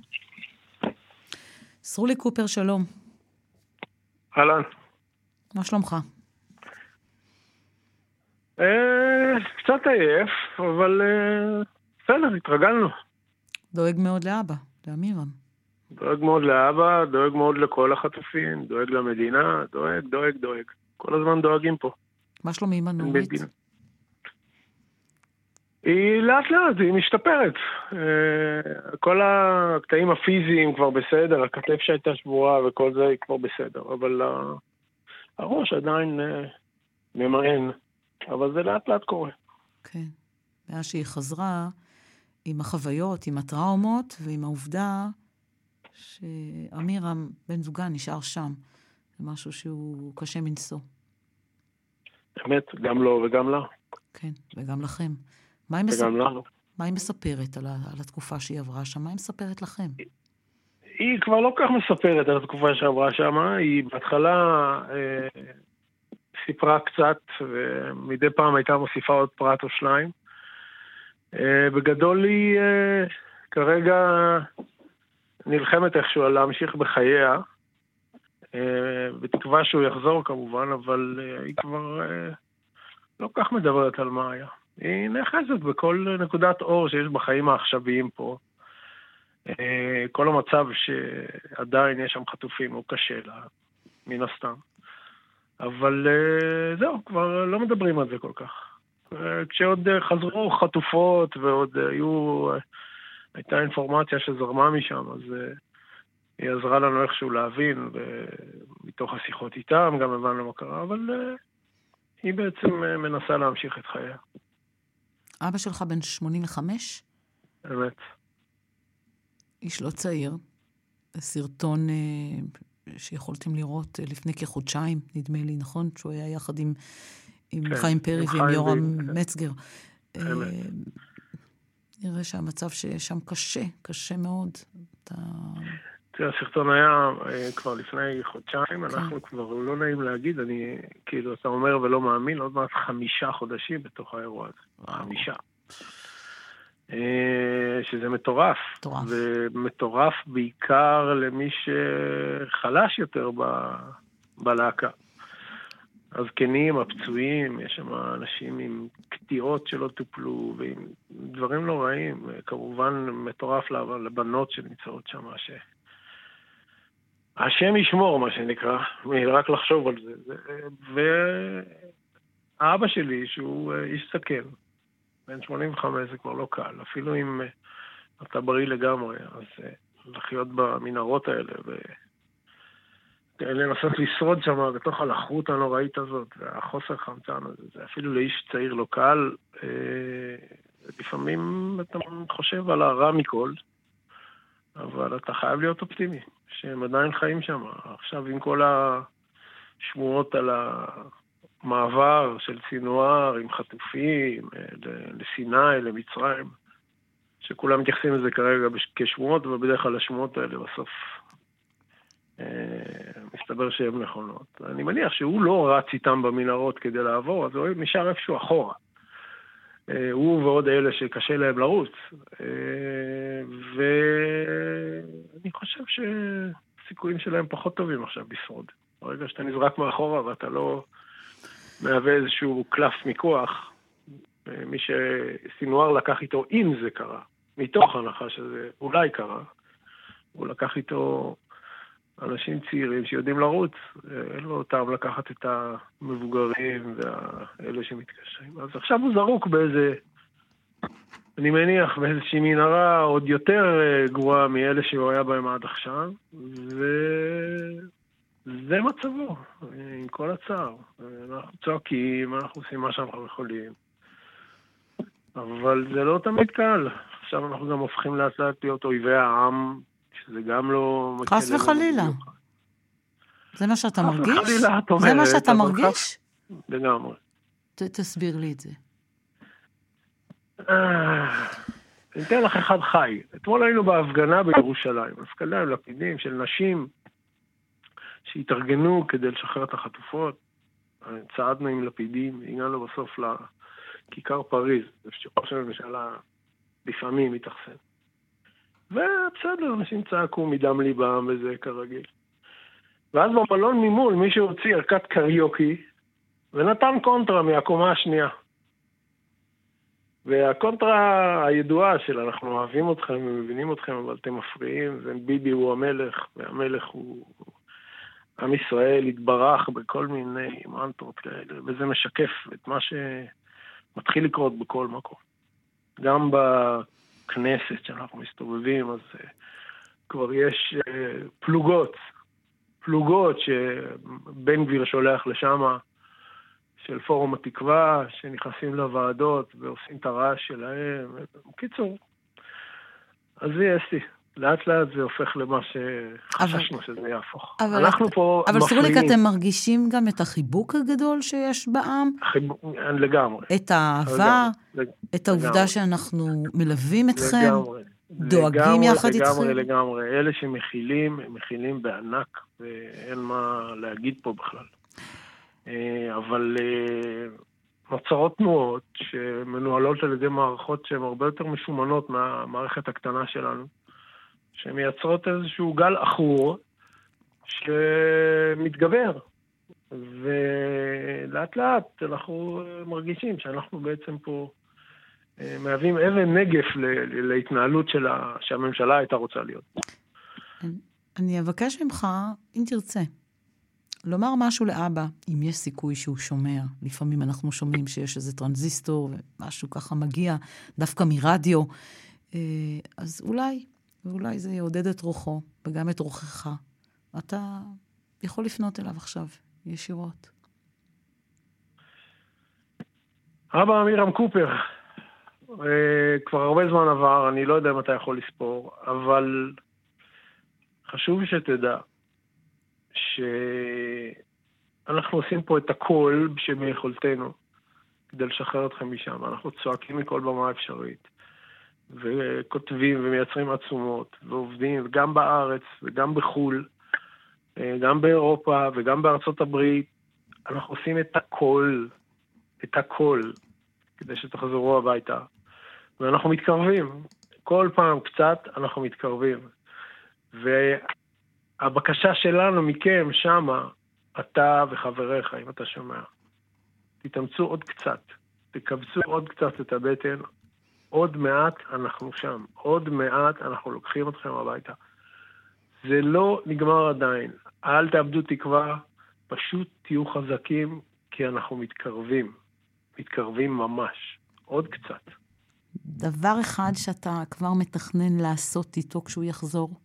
סרולי קופר, שלום. אהלן. מה שלומך? קצת עייף, אבל בסדר, התרגלנו. דואג מאוד לאבא, לאמירם. דואג מאוד לאבא, דואג מאוד לכל החטופים, דואג למדינה, דואג. כל הזמן דואגים פה. מה שלומי עם הנורית? היא לאט, היא משתפרת. כל הקטעים הפיזיים כבר בסדר, הכתף שהייתה שבורה וכל זה היא כבר בסדר, אבל הראש עדיין ממען, אבל זה לאט קורה. כן, מאז שהיא חזרה עם החוויות, עם הטראומות ועם העובדה שאמירם בן זוגה נשאר שם. זה משהו שהוא קשה מנסו. באמת, גם לו וגם לה. כן, וגם לכם. וגם לנו. מה היא מספרת על התקופה שהיא עברה שם? מה היא מספרת לכם? היא כבר לא כך מספרת על התקופה שעברה שם. היא בהתחלה סיפרה קצת, ומדי פעם הייתה מוסיפה עוד פרט או שניים. בגדול היא כרגע נלחמת איכשהו על להמשיך בחייה, בתקווה שהוא יחזור כמובן, אבל היא כבר לא כך מדברת על מה היה. היא נחזת בכל נקודת אור שיש בחיים העכשוויים פה. כל המצב שעדיין יש שם חטופים הוא קשה לה, מן הסתם. אבל זהו, כבר לא מדברים על זה כל כך. כשעוד חזרו חטופות ועוד הייתה אינפורמציה שזרמה משם, אז היא עזרה לנו איכשהו להבין, ומתוך השיחות איתם גם הבנו מה קרה, אבל היא בעצם מנסה להמשיך את חייה. אבא שלך בן 85? אמת. איש לא צעיר. סרטון שיכולתם לראות לפני כחודשיים, נדמה לי, נכון? שהוא היה יחד עם כן, חיים פרי ועם יורם מצגר. נראה שהמצב שם קשה מאוד. הסרטון היה כבר לפני חודשיים, אנחנו כבר לא נעים להגיד, כאילו, אתה אומר ולא מאמין, עוד מעט 5 חודשים בתוך האירוע הזה. 5. שזה מטורף. ומטורף בעיקר למי שחלש יותר בלהקה. הזקנים, הפצועים, יש שם אנשים עם קטיעות שלא טופלו, ועם דברים לא רעים. כמובן מטורף לבנות שנמצאות שם, השם ישמור, מה שנקרא, רק לחשוב על זה. והאבא שלי, שהוא איש סכן, בן 85, זה כבר לא קל, אפילו אם אתה בריא לגמרי, אז לחיות במנהרות האלה, ולנסות לשרוד שם בתוך הלחות הנוראית הזאת, והחוסר חמצן הזה, זה אפילו לאיש צעיר לא קל, לפעמים אתה חושב על הרע מכל, אבל אתה חייב להיות אופטימי, שהם עדיין חיים שם. עכשיו עם כל השמועות על המעבר של סינואר עם חטופים לסיני, למצרים, שכולם מתייחסים לזה כרגע כשמועות, ובדרך כלל השמועות האלה בסוף מסתבר שהן נכונות. אני מניח שהוא לא רץ איתם במנהרות כדי לעבור, אז הוא נשאר איפשהו אחורה. הוא ועוד אלה שקשה להם לרוץ. ואני חושב שהסיכויים שלהם פחות טובים עכשיו בשרוד. ברגע שאתה נזרק מאחורה ואתה לא מהווה איזשהו קלף מכוח, מי שסינואר לקח איתו, אם זה קרה, מתוך הנחה שזה אולי קרה, הוא לקח איתו אנשים צעירים שיודעים לרוץ, אין לו טעם לקחת את המבוגרים ואלה שמתקשרים. אז עכשיו הוא זרוק באיזה, אני מניח, באיזושהי מנהרה עוד יותר גרועה מאלה שהוא היה בהם עד עכשיו, וזה מצבו, עם כל הצער. אנחנו צועקים, אנחנו עושים מה שאנחנו יכולים, אבל זה לא תמיד קל. עכשיו אנחנו גם הופכים לאט להיות אויבי העם, שזה גם לא... חס וחלילה. זה מה שאתה מרגיש? חלילה, את אומרת. זה מה שאתה מרגיש? לגמרי. תסביר לי את זה. אני אתן לך אחד חי. אתמול היינו בהפגנה בירושלים. הפגנה עם לפידים של נשים שהתארגנו כדי לשחרר את החטופות. צעדנו עם לפידים, הגענו בסוף לכיכר פריז, שראש הממשלה לפעמים מתאכסן. ובסדר, אנשים צעקו מדם ליבם וזה כרגיל. ואז במלון ממול מישהו הוציא ערכת קריוקי ונתן קונטרה מהקומה השנייה. והקונטרה הידועה של אנחנו אוהבים אתכם ומבינים אתכם, אבל אתם מפריעים, וביבי הוא המלך, והמלך הוא עם ישראל התברך בכל מיני מנטרות כאלה, וזה משקף את מה שמתחיל לקרות בכל מקום. גם בכנסת שאנחנו מסתובבים, אז כבר יש פלוגות שבן גביר שולח לשם, של פורום התקווה, שנכנסים לוועדות ועושים את הרעש שלהם. בקיצור, אז זה אסתי. לאט לאט זה הופך למה שחששנו שזה יהפוך. אנחנו פה אבל סרוליק, אתם מרגישים גם את החיבוק הגדול שיש בעם? לגמרי. את האהבה? את העובדה שאנחנו מלווים אתכם? דואגים יחד איתכם? לגמרי. אלה שמכילים, הם מכילים בענק, ואין מה להגיד פה בכלל. אבל נוצרות תנועות שמנוהלות על ידי מערכות שהן הרבה יותר משומנות מהמערכת הקטנה שלנו, שמייצרות איזשהו גל אחור שמתגבר. ולאט לאט אנחנו מרגישים שאנחנו בעצם פה מהווים אבן נגף להתנהלות שהממשלה הייתה רוצה להיות. אני אבקש ממך, אם תרצה, לומר משהו לאבא, אם יש סיכוי שהוא שומע. לפעמים אנחנו שומעים שיש איזה טרנזיסטור, ומשהו ככה מגיע, דווקא מרדיו. אז אולי זה יעודד את רוחו, וגם את רוחך. אתה יכול לפנות אליו עכשיו, ישירות. אבא אמירם קופר, כבר הרבה זמן עבר, אני לא יודע אם אתה יכול לספור, אבל חשוב שתדע, שאנחנו עושים פה את הכל שביכולתנו כדי לשחרר אתכם משם. אנחנו צועקים מכל במה אפשרית, וכותבים ומייצרים עצומות, ועובדים גם בארץ וגם בחול, גם באירופה וגם בארצות הברית. אנחנו עושים את הכל, כדי שתחזרו הביתה. ואנחנו מתקרבים. כל פעם קצת אנחנו מתקרבים. הבקשה שלנו מכם שמה, אתה וחבריך, אם אתה שומע, תתאמצו עוד קצת, תקבצו עוד קצת את הבטן, עוד מעט אנחנו שם, עוד מעט אנחנו לוקחים אתכם הביתה. זה לא נגמר עדיין, אל תאבדו תקווה, פשוט תהיו חזקים, כי אנחנו מתקרבים ממש, עוד קצת. דבר אחד שאתה כבר מתכנן לעשות איתו כשהוא יחזור?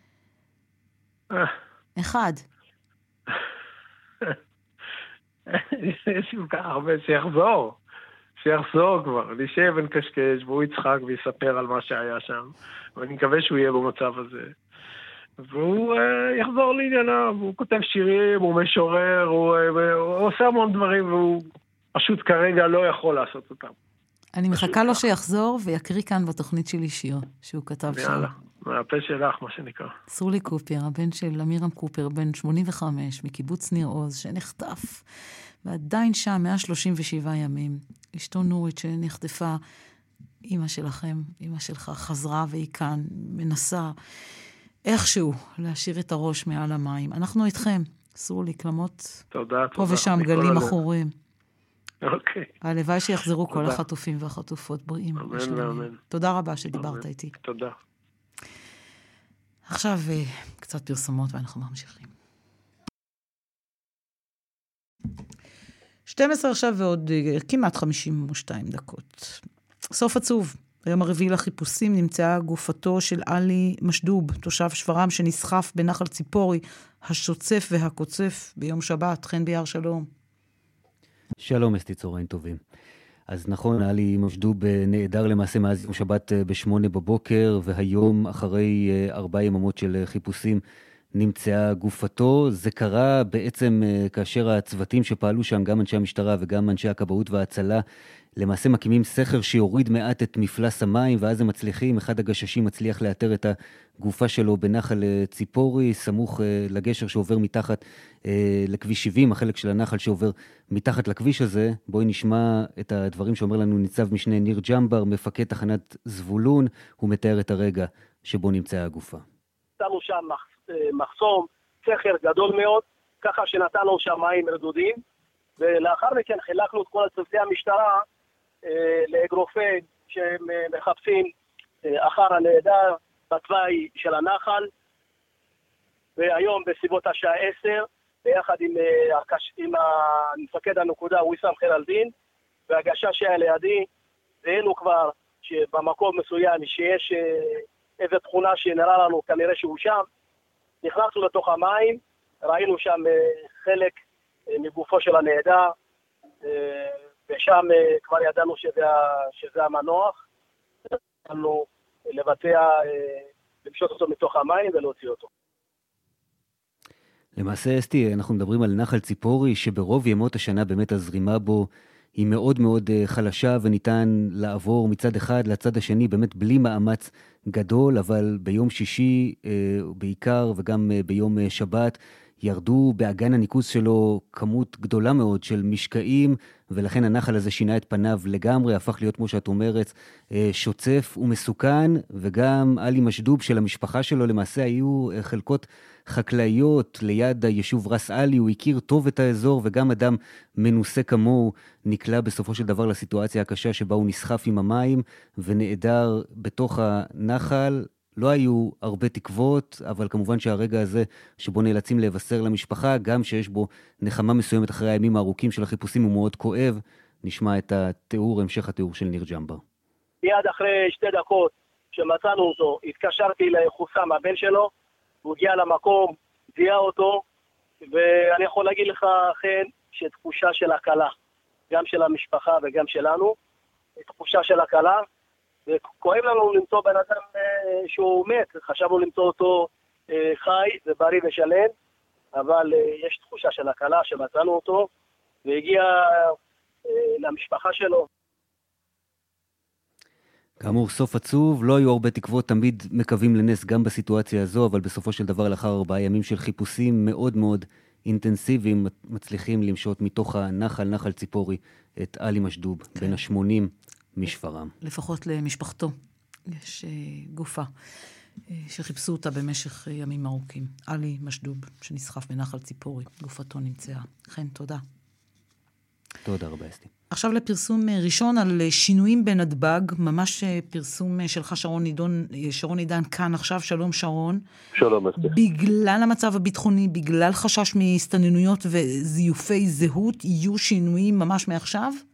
אחד. יש לי כך הרבה שיחזור. שיחזור כבר, נשב ונקשקש, והוא יצחק ויספר על מה שהיה שם, ואני מקווה שהוא יהיה במצב הזה. והוא יחזור לענייניו, הוא כותב שירים, הוא משורר, הוא עושה המון דברים, והוא פשוט כרגע לא יכול לעשות אותם. אני מחכה לו שיחזור ויקריא כאן בתוכנית שלי שיר, שהוא כתב שם. יאללה, מהפה שלך, מה שנקרא. סרולי קופר, הבן של אמירם קופר, בן 85, מקיבוץ ניר עוז, שנחטף, ועדיין שם 137 ימים. אשתו נורית שנחטפה, אמא שלכם, אמא שלך, חזרה והיא כאן, מנסה איכשהו להשאיר את הראש מעל המים. אנחנו איתכם, סרולי, כלמות תודה, פה ושם גלים אחורים. אוקיי. הלוואי שיחזרו כל החטופים והחטופות בריאים. אמן ואמן. תודה רבה שדיברת איתי. תודה. עכשיו קצת פרסומות ואנחנו ממשיכים. 12 עכשיו ועוד כמעט 52 דקות. סוף עצוב. ביום הרביעי לחיפושים נמצאה גופתו של עלי משדוב, תושב שפרעם שנסחף בנחל ציפורי, השוצף והקוצף ביום שבת. חן ביאר, שלום. שלום, אסתי, צהריים טובים. אז נכון, עלי משדוב נעדר למעשה מאז יום שבת ב8 בבוקר, והיום אחרי 4 יממות של חיפושים נמצאה גופתו. זה קרה בעצם כאשר הצוותים שפעלו שם, גם אנשי המשטרה וגם אנשי הכבאות וההצלה, למעשה מקימים סכר שיוריד מעט את מפלס המים, ואז הם מצליחים, אחד הגששים מצליח לאתר את הגופה שלו בנחל ציפורי, סמוך לגשר שעובר מתחת לכביש 70, החלק של הנחל שעובר מתחת לכביש הזה. בואי נשמע את הדברים שאומר לנו ניצב משנה ניר ג'מבר, מפקד תחנת זבולון. הוא מתאר את הרגע שבו נמצאה הגופה. נתנו שם מחסום, סכר גדול מאוד, ככה שנתנו שם מים רדודים, ולאחר מכן חילקנו את כל צוותי המשטרה לאגרופים שהם מחפשים אחר הנעדר בתוואי של הנחל, והיום בסביבות השעה 10, ביחד עם מפקד הנקודה וויסאם חלאלדין והגשש שהיה לידי, ראינו כבר שבמקום מסוים שיש איזו תכונה שנראה לנו כנראה שהוא שם. נכנסנו לתוך המים, ראינו שם חלק מגופו של הנעדר, ושם כבר ידענו שזה המנוח. התחלנו לפשוט אותו מתוך המים ולהוציא אותו. למעשה, אסתי, אנחנו מדברים על נחל ציפורי, שברוב ימות השנה באמת הזרימה בו היא מאוד מאוד חלשה, וניתן לעבור מצד אחד לצד השני באמת בלי מאמץ גדול, אבל ביום שישי בעיקר וגם ביום שבת ירדו באגן הניקוז שלו כמות גדולה מאוד של משקעים, ולכן הנחל הזה שינה את פניו לגמרי, הפך להיות, כמו שאת אומרת, שוצף ומסוכן. וגם עלי משדוב של המשפחה שלו למעשה היו חלקות חקלאיות ליד היישוב רס עלי, הוא הכיר טוב את האזור, וגם אדם מנוסה כמוהו נקלע בסופו של דבר לסיטואציה הקשה שבה הוא נסחף עם המים ונעדר בתוך הנחל. לא היו הרבה תקוות, אבל כמובן שהרגע הזה שבו נאלצים לבשר למשפחה, גם שיש בו נחמה מסוימת אחרי הימים הארוכים של החיפושים, הוא מאוד כואב. נשמע את התיאור, המשך התיאור של ניר ג'מבר. מיד אחרי 2 דקות שמצאנו אותו, התקשרתי לחוסם, הבן שלו, הוא הגיע למקום, זיהה אותו, ואני יכול להגיד לך, אכן, שתחושה של הקלה, גם של המשפחה וגם שלנו, תחושה של הקלה, וכואב לנו למצוא בן אדם שהוא מת, חשבנו למצוא אותו חי ובריא ושלם, אבל יש תחושה של הקלה שמצאנו אותו, והגיע למשפחה שלו. כאמור, סוף עצוב, לא היו הרבה תקוות, תמיד מקווים לנס גם בסיטואציה הזו, אבל בסופו של דבר לאחר 4 ימים של חיפושים מאוד מאוד אינטנסיביים, מצליחים למשות מתוך הנחל, נחל ציפורי, את עלי משדוב, בן ה-80 משפרעם. לפחות למשפחתו יש גופה שחיפשו אותה במשך ימים ארוכים. עלי משדוב שנסחף בנחל ציפורי, גופתו נמצאה. כן, תודה. תודה רבה, אסתי. עכשיו לפרסום ראשון על שינויים בנתב"ג, ממש פרסום שלך שרון עידן כאן עכשיו. שלום שרון. שלום אסתי. בגלל המצב הביטחוני, בגלל חשש מהסתננויות וזיופי זהות, יהיו שינויים ממש מעכשיו?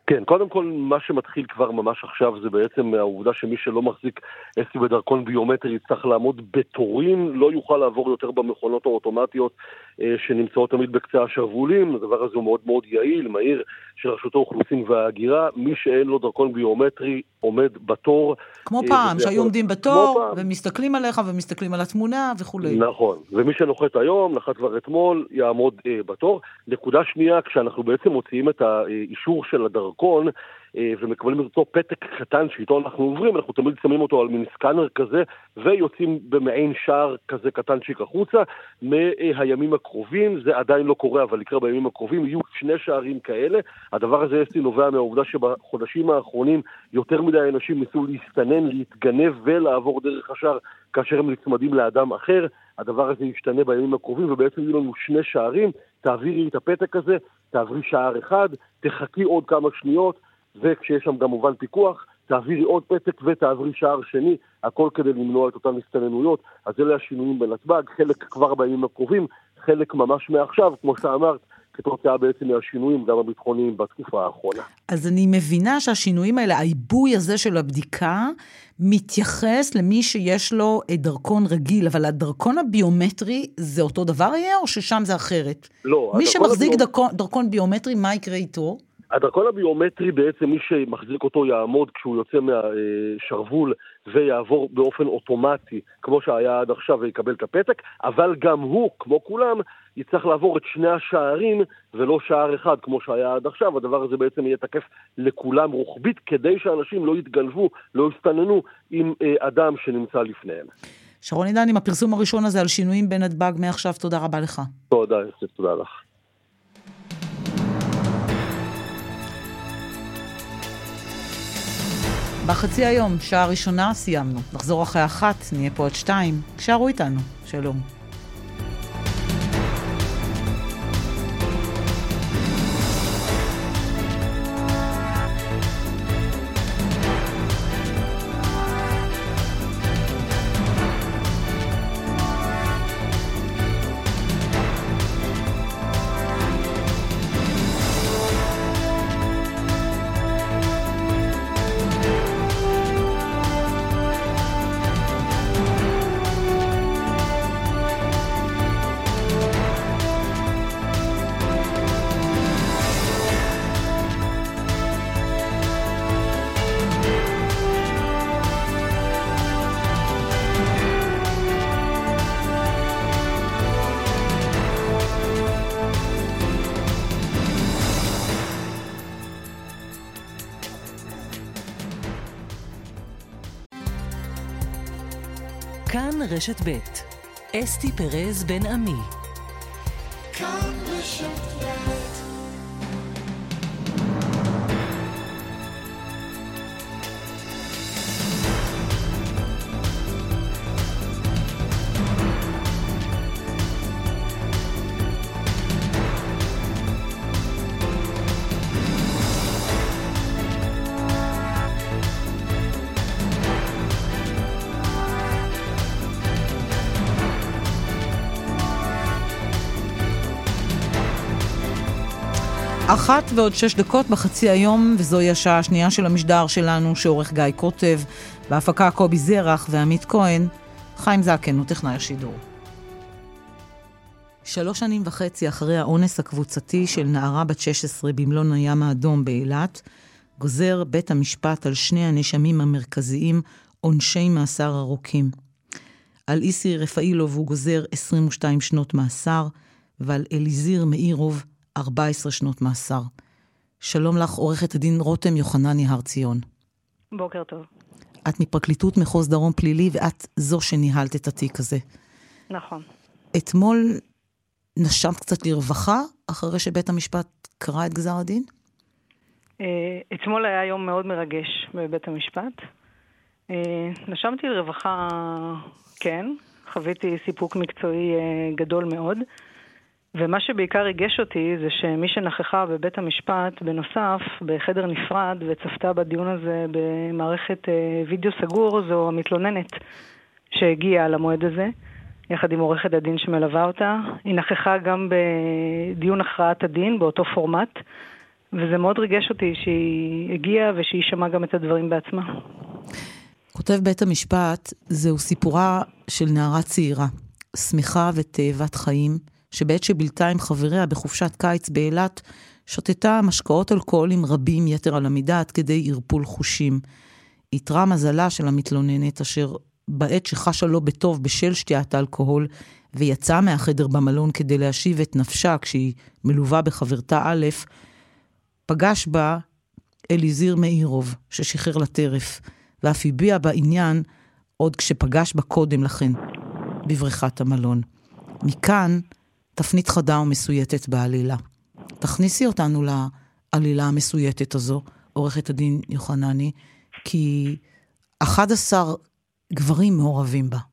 כן, קודם כל מה שמתחיל כבר ממש עכשיו זה בעצם העובדה שמי שלא מחזיק אסתי בדרכון ביומטרי יצטרך לעמוד בתורים, לא יוכל לעבור יותר במכונות האוטומטיות שנמצאות תמיד בקצה השרבולים. הדבר הזה הוא מאוד מאוד יעיל, מהיר, של רשות האוכלוסין וההגירה. מי שאין לו דרכון ביומטרי עומד בתור. כמו פעם, שהיו עומדים בתור ומסתכלים עליך ומסתכלים על התמונה וכו'. נכון, ומי שנוחת היום, נחת כבר אתמול, יעמוד בתור. נקודה שנייה, כשאנחנו בעצם מוציאים את האישור של הדרכון ומקבלים את אותו פתק קטן שאיתו אנחנו עוברים, אנחנו תמיד שמים אותו על מין סקאנר כזה ויוצאים במעין שער כזה קטנצ'יק החוצה. מהימים הקרובים, זה עדיין לא קורה אבל יקרה בימים הקרובים, יהיו 2 שערים כאלה. הדבר הזה נובע מהעובדה שבחודשים האחרונים יותר מדי אנשים ניסו להסתנן, להתגנב ולעבור דרך השער כאשר הם נצמדים לאדם אחר. הדבר הזה ישתנה בימים הקרובים ובעצם יהיו לנו 2 שערים. תעבירי את הפתק הזה, תעברי שער אחד, תחכי עוד כמה שניות, וכשיש שם גם מובן פיקוח, תעבירי עוד פתק ותעברי שער שני, הכל כדי למנוע את אותן הסתננויות. אז אלה השינויים בנתב"ג, חלק כבר בימים הקרובים, חלק ממש מעכשיו, כמו שאמרת, כתוצאה בעצם מהשינויים גם הביטחוניים בתקופה האחרונה. אז אני מבינה שהשינויים האלה, העיבוי הזה של הבדיקה, מתייחס למי שיש לו דרכון רגיל, אבל הדרכון הביומטרי זה אותו דבר יהיה, או ששם זה אחרת? לא. מי שמחזיק דרכון ביומטרי, מה יקרה איתו? הדרכון הביומטרי בעצם מי שמחזיק אותו יעמוד כשהוא יוצא מהשרוול ויעבור באופן אוטומטי כמו שהיה עד עכשיו ויקבל את הפתק, אבל גם הוא, כמו כולם, יצטרך לעבור את 2 השערים ולא שער אחד כמו שהיה עד עכשיו. הדבר הזה בעצם יהיה תקף לכולם רוחבית כדי שאנשים לא יתגנבו, לא יסתננו עם אדם שנמצא לפניהם. שרון עידן, עם הפרסום הראשון הזה על שינויים בנתב"ג מעכשיו, תודה רבה לך. תודה, תודה לך. בחצי היום, שעה ראשונה, סיימנו. נחזור אחרי 1, נהיה פה עד 2. כשארו איתנו. שלום. כאן רשת ב' אסתי פרז בן עמי. כאן רשת ב'. אחת ועוד 6 דקות בחצי היום, וזוהי השעה השנייה של המשדר שלנו, שעורך גיא קוטב, בהפקה קובי זרח ועמית כהן. חיים זקן הוא טכנאי השידור. 3.5 שנים אחרי האונס הקבוצתי של נערה בת 16 במלון הים האדום באילת, גוזר בית המשפט על 2 הנאשמים המרכזיים עונשי מאסר ארוכים. על איסי רפאילוב הוא גוזר 22 שנות מאסר, ועל אליזיר מאירוב 14 שנות מאסר. שלום לך, עורכת הדין רותם יוחנני הר ציון. בוקר טוב. את מפרקליטות מחוז דרום פלילי, ואת זו שניהלת את התיק הזה. נכון. אתמול נשמת קצת לרווחה, אחרי שבית המשפט קרא את גזר הדין? אתמול היה יום מאוד מרגש בבית המשפט. נשמתי לרווחה, כן. חוויתי סיפוק מקצועי גדול מאוד. ומה שבעיקר ריגש אותי זה שמי שנכחה בבית המשפט בנוסף בחדר נפרד וצפתה בדיון הזה במערכת וידאו סגור, זו המתלוננת שהגיעה למועד הזה יחד עם עורכת הדין שמלווה אותה. היא נכחה גם בדיון הכרעת הדין באותו פורמט, וזה מאוד ריגש אותי שהיא הגיעה ושהיא שמעה גם את הדברים בעצמה. כותב בית המשפט, זהו סיפורה של נערה צעירה, שמחה ותאבת חיים, שבעת שבילתה עם חבריה בחופשת קיץ באילת, שתתה משקאות אלכוהולים רבים יתר על המידה עד כדי ערפול חושים. יתרה מזלה של המתלוננת אשר בעת שחשה לא בטוב בשל שתיית האלכוהול, ויצאה מהחדר במלון כדי להשיב את נפשה כשהיא מלווה בחברתה א', פגש בה אליזיר מאירוב ששחרר לטרף, ואף הביע בעניין עוד כשפגש בה קודם לכן בבריכת המלון. מכאן תפנית חדה ומסויטת בעלילה. תכניסי אותנו לעלילה המסויטת הזו, עורכת הדין יוחנני, כי 11 גברים מעורבים בה.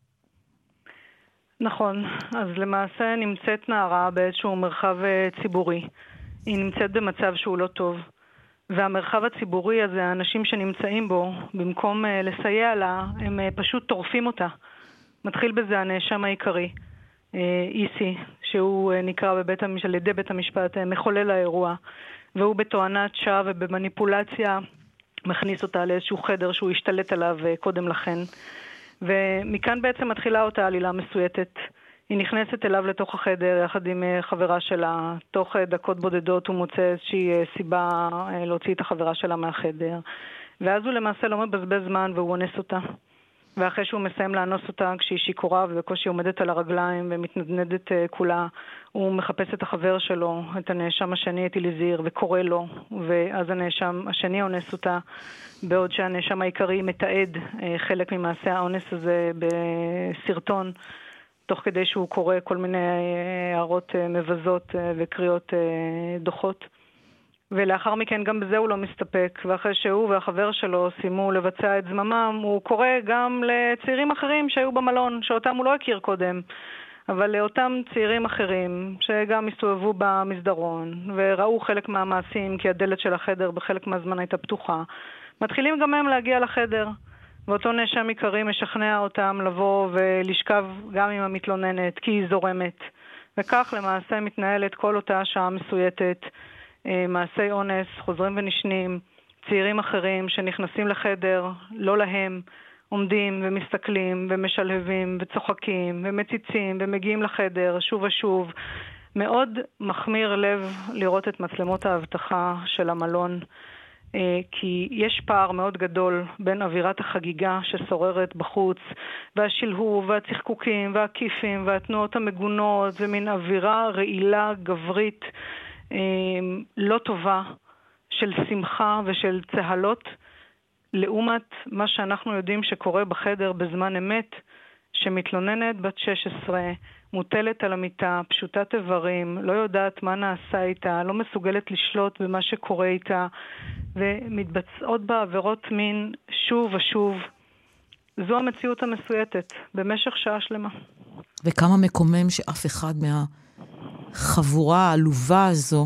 נכון, אז למעשה נמצאת נערה באיזשהו מרחב ציבורי. היא נמצאת במצב שהוא לא טוב. והמרחב הציבורי הזה, האנשים שנמצאים בו, במקום לסייע לה, הם פשוט טורפים אותה. מתחיל בזה הנאשם העיקרי, איסי, שהוא נקרא על ידי בית המשפט מחולל האירוע, והוא בתואנת שווא ובמניפולציה מכניס אותה לאיזשהו חדר שהוא השתלט עליו קודם לכן. ומכאן בעצם מתחילה אותה עלילה מסויטת. היא נכנסת אליו לתוך החדר יחד עם חברה שלה. תוך דקות בודדות הוא מוצא איזושהי סיבה להוציא את החברה שלה מהחדר. ואז הוא למעשה לא מבזבז זמן והוא אונס אותה. ואחרי שהוא מסיים לאנוס אותה כשהיא שיכורה ובקושי עומדת על הרגליים ומתנדנדת כולה, הוא מחפש את החבר שלו, את הנאשם השני, את אליזיר, וקורא לו, ואז הנאשם השני אונס אותה, בעוד שהנאשם העיקרי מתעד חלק ממעשה האונס הזה בסרטון, תוך כדי שהוא קורא כל מיני הערות מבזות וקריאות דוחות. ולאחר מכן גם בזה הוא לא מסתפק, ואחרי שהוא והחבר שלו סיימו לבצע את זממם, הוא קורא גם לצעירים אחרים שהיו במלון, שאותם הוא לא הכיר קודם, אבל לאותם צעירים אחרים שגם הסתובבו במסדרון וראו חלק מהמעשים, כי הדלת של החדר בחלק מהזמן הייתה פתוחה, מתחילים גם הם להגיע לחדר, ואותו נאשם עיקרי משכנע אותם לבוא ולשכב גם עם המתלוננת, כי היא זורמת. וכך למעשה מתנהלת כל אותה שעה מסויטת, מעשי אונס, חוזרים ונשנים, צעירים אחרים שנכנסים לחדר, לא להם, עומדים ומסתכלים ומשלהבים וצוחקים ומציצים ומגיעים לחדר שוב ושוב. מאוד מחמיר לב לראות את מצלמות האבטחה של המלון, כי יש פער מאוד גדול בין אווירת החגיגה ששוררת בחוץ, והשלהוב והצחקוקים והכיפים והתנועות המגונות, ומין אווירה רעילה גברית לא טובה של שמחה ושל צהלות, לעומת מה שאנחנו יודעים שקורה בחדר בזמן אמת, שמתלוננת בת 16, מוטלת על המיטה, פשוטת איברים, לא יודעת מה נעשה איתה, לא מסוגלת לשלוט במה שקורה איתה, ומתבצעות בה עבירות מין שוב ושוב. זו המציאות המסויטת, במשך שעה שלמה. וכמה מקומם שאף אחד מהחבורה העלובה הזו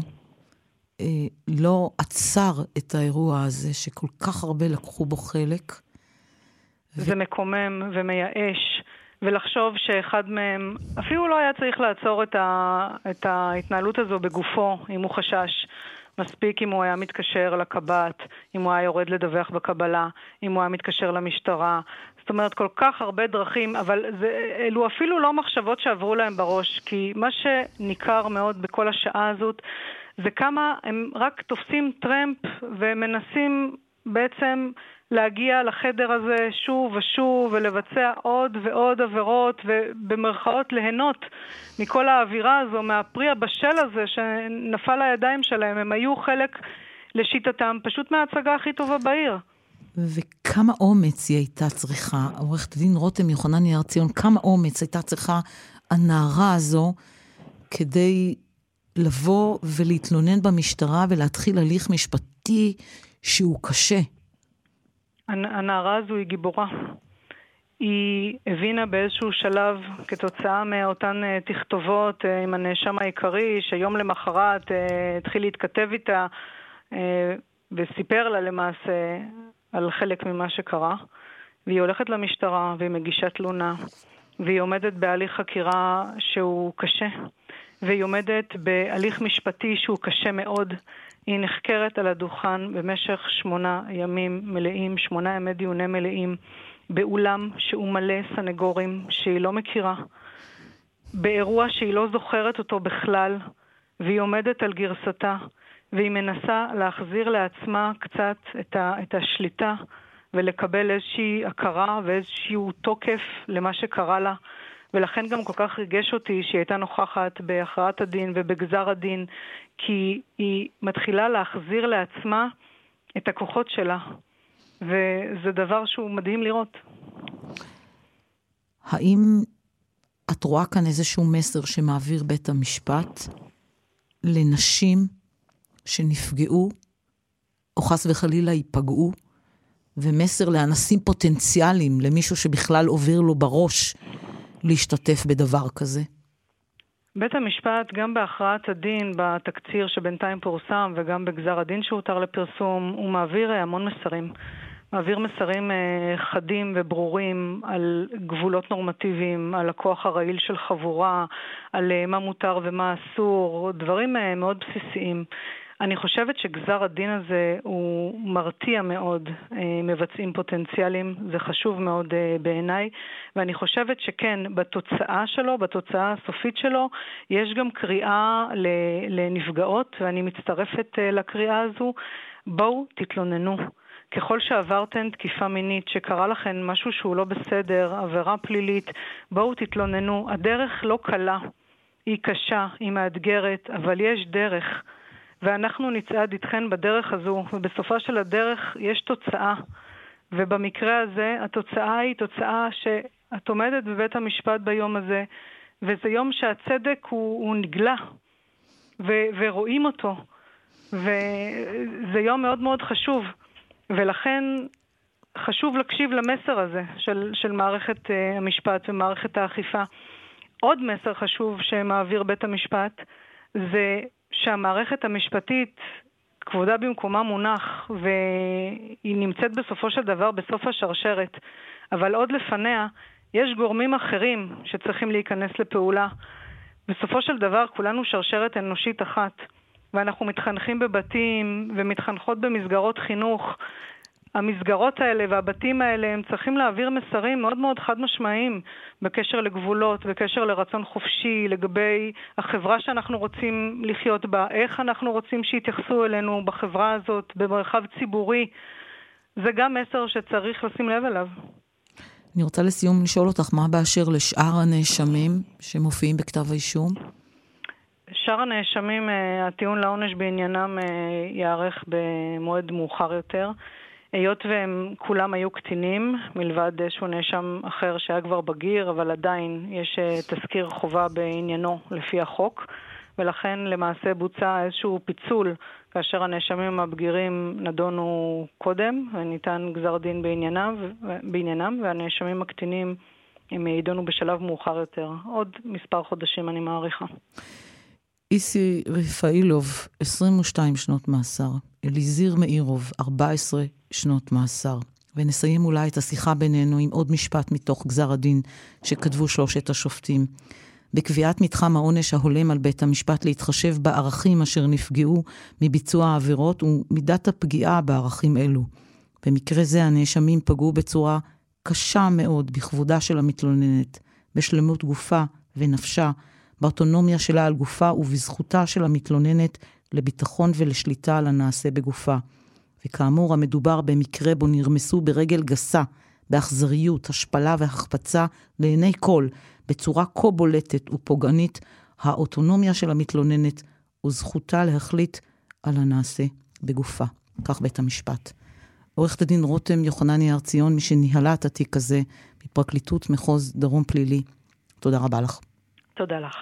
לא עצר את האירוע הזה, שכל כך הרבה לקחו בו חלק. זה מקומם ומייאש, ולחשוב שאחד מהם אפילו לא היה צריך לעצור את ההתנהלות הזו בגופו, אם הוא חשש. מספיק אם הוא היה מתקשר לקב"ט, אם הוא היה יורד לדווח בקבלה, אם הוא היה מתקשר למשטרה. זאת אומרת, כל כך הרבה דרכים, אבל אלו אפילו לא מחשבות שעברו להם בראש, כי מה שניכר מאוד בכל השעה הזאת, זה כמה הם רק תופסים טרמפ ומנסים בעצם להגיע לחדר הזה שוב ושוב ולבצע עוד ועוד עבירות ובמרכאות ליהנות מכל האווירה הזו, מהפרי הבשל הזה שנפל לידיים שלהם. הם היו חלק לשיטתם פשוט מההצגה הכי טובה בעיר. וכמה אומץ היא הייתה צריכה, עורכת הדין רותם יוחנני הר ציון, כמה אומץ הייתה צריכה הנערה הזו כדי לבוא ולהתלונן במשטרה ולהתחיל הליך משפטי שהוא קשה. הנערה הזו היא גיבורה. היא הבינה באיזשהו שלב, כתוצאה מאותן תכתובות עם הנאשם העיקרי, שיום למחרת התחיל להתכתב איתה וסיפר לה למעשה על חלק ממה שקרה, והיא הולכת למשטרה והיא מגישה תלונה, והיא עומדת בהליך חקירה שהוא קשה, והיא עומדת בהליך משפטי שהוא קשה מאוד. היא נחקרת על הדוכן במשך 8 ימים מלאים, 8 ימי דיוני מלאים, באולם שהוא מלא סנגורים שהיא לא מכירה, באירוע שהיא לא זוכרת אותו בכלל, והיא עומדת על גרסתה, והיא מנסה להחזיר לעצמה קצת את השליטה, ולקבל איזושהי הכרה ואיזשהו תוקף למה שקרה לה. ולכן גם כל כך ריגש אותי שהיא הייתה נוכחת בהכרעת הדין ובגזר הדין, כי היא מתחילה להחזיר לעצמה את הכוחות שלה. וזה דבר שהוא מדהים לראות. האם את רואה כאן איזשהו מסר שמעביר בית המשפט לנשים שנפגעו, או חס וחלילה ייפגעו, ומסר לאנסים פוטנציאליים, למישהו שבכלל עובר לו בראש להשתתף בדבר כזה? בית המשפט, גם בהכרעת הדין, בתקציר שבינתיים פורסם, וגם בגזר הדין שהותר לפרסום, הוא מעביר המון מסרים. מעביר מסרים חדים וברורים על גבולות נורמטיביים, על הכוח הרעיל של חבורה, על מה מותר ומה אסור, דברים מאוד בסיסיים. אני חושבת שגזר הדין הזה הוא מרתיע מאוד מבצעים פוטנציאליים, זה חשוב מאוד בעיניי, ואני חושבת שכן, בתוצאה שלו, בתוצאה הסופית שלו, יש גם קריאה לנפגעות, ואני מצטרפת לקריאה הזו, בואו תתלוננו. ככל שעברתן תקיפה מינית, שקרה לכן משהו שהוא לא בסדר, עבירה פלילית, בואו תתלוננו. הדרך לא קלה, היא קשה, היא מאתגרת, אבל יש דרך. ואנחנו נצעד איתכן בדרך הזו, ובסופה של הדרך יש תוצאה. ובמקרה הזה, התוצאה היא תוצאה שאת עומדת בבית המשפט ביום הזה, וזה יום שהצדק הוא נגלה, ורואים אותו. וזה יום מאוד מאוד חשוב. ולכן חשוב להקשיב למסר הזה של מערכת המשפט ומערכת האכיפה. עוד מסר חשוב שמעביר בית המשפט זה שהמערכת המשפטית כבודה במקומה מונח, והיא נמצאת בסופו של דבר בסוף השרשרת, אבל עוד לפניה יש גורמים אחרים שצריכים להיכנס לפעולה. בסופו של דבר כולנו שרשרת אנושית אחת, ואנחנו מתחנכים בבתים ומתחנכות במסגרות חינוך. המסגרות האלה והבתים האלה הם צריכים להעביר מסרים מאוד מאוד חד משמעיים בקשר לגבולות, בקשר לרצון חופשי, לגבי החברה שאנחנו רוצים לחיות בה, איך אנחנו רוצים שיתייחסו אלינו בחברה הזאת, במרחב ציבורי. זה גם מסר שצריך לשים לב אליו. אני רוצה לסיום לשאול אותך מה באשר לשאר הנאשמים שמופיעים בכתב האישום? שאר הנאשמים, הטיעון לעונש בעניינם יערך במועד מאוחר יותר. היות והם כולם היו קטינים, מלבד איזשהו נאשם אחר שהיה כבר בגיר, אבל עדיין יש תזכיר חובה בעניינו לפי החוק, ולכן למעשה בוצע איזשהו פיצול, כאשר הנאשמים הבגירים נדונו קודם, וניתן גזר דין בעניינם, והנאשמים הקטינים הם יידונו בשלב מאוחר יותר. עוד מספר חודשים אני מעריכה. איסי רפאילוב, 22 שנות מאסר. אליזיר מאירוב, 14 שנות מאסר. ונסיים אולי את השיחה בינינו עם עוד משפט מתוך גזר הדין שכתבו 3 השופטים. בקביעת מתחם העונש ההולם על בית המשפט להתחשב בערכים אשר נפגעו מביצוע העבירות ומידת הפגיעה בערכים אלו. במקרה זה הנאשמים פגעו בצורה קשה מאוד בכבודה של המתלוננת, בשלמות גופה ונפשה, באוטונומיה שלה על גופה ובזכותה של המתלוננת לביטחון ולשליטה על הנעשה בגופה. וכאמור, המדובר במקרה בו נרמסו ברגל גסה, באכזריות, השפלה והחפצה לעיני כל, בצורה כה בולטת ופוגענית, האוטונומיה של המתלוננת וזכותה להחליט על הנעשה בגופה. כך בית המשפט. עורכת הדין רותם יוחנני הר ציון, מי שניהלה את התיק הזה בפרקליטות מחוז דרום פלילי. תודה רבה לך. תודה לך.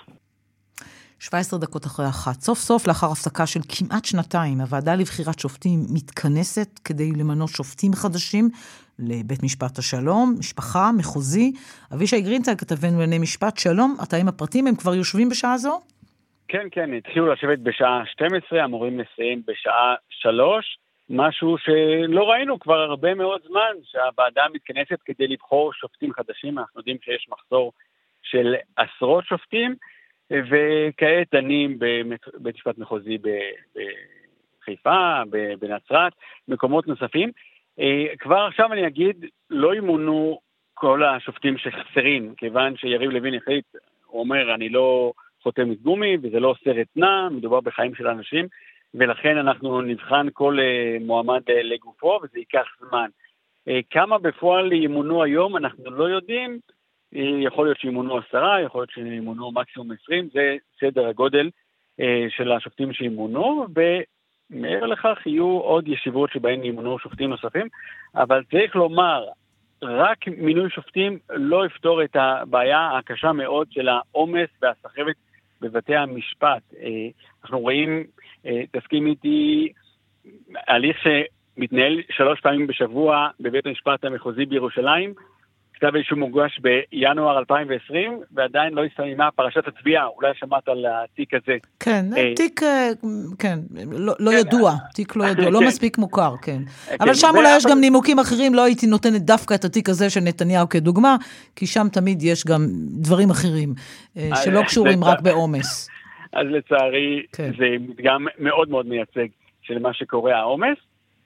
17 דקות אחרי 1. סוף סוף לאחר הפסקה של כמעט שנתיים, הוועדה לבחירת שופטים מתכנסת כדי למנות שופטים חדשים לבית משפט השלום, משפחה, מחוזי. אבישי גרינצייג, כתבנו לענייני משפט, שלום, אתה עם הפרטים, הם כבר יושבים בשעה זו? כן, כן, התחילו לשבת בשעה 12, אמורים לסיים בשעה 3, משהו שלא ראינו כבר הרבה מאוד זמן, שהוועדה מתכנסת כדי לבחור שופטים חדשים. אנחנו יודעים שיש מחסור של עשרות שופטים, וכעת דנים בבית משפט מחוזי בחיפה, בנצרת, מקומות נוספים. כבר עכשיו אני אגיד, לא ימונו כל השופטים שחסרים, כיוון שיריב לוין החליט, הוא אומר, אני לא חותמת גומי, וזה לא סרט נע, מדובר בחיים של אנשים, ולכן אנחנו נבחן כל מועמד לגופו, וזה ייקח זמן. כמה בפועל ימונו היום, אנחנו לא יודעים, יכול להיות שימונו 10, יכול להיות שימונו מקסימום 20, זה סדר הגודל של השופטים שימונו, ומעבר לכך יהיו עוד ישיבות שבהן ימונו שופטים נוספים, אבל צריך לומר, רק מינוי שופטים לא יפתור את הבעיה הקשה מאוד של העומס והסחבת בבתי המשפט. אנחנו רואים, תסכים איתי, הליך שמתנהל 3 פעמים בשבוע בבית המשפט המחוזי בירושלים, כתב אישום מוגש בינואר 2020, ועדיין לא הסתיימה פרשת התביעה, אולי שמעת על התיק הזה. כן, תיק, כן, לא ידוע, תיק לא ידוע, לא מספיק מוכר, כן. אבל שם אולי יש גם נימוקים אחרים, לא הייתי נותנת דווקא את התיק הזה של נתניהו כדוגמה, כי שם תמיד יש גם דברים אחרים, שלא קשורים רק בעומס. אז לצערי, זה גם מאוד מאוד מייצג של מה שקורה העומס.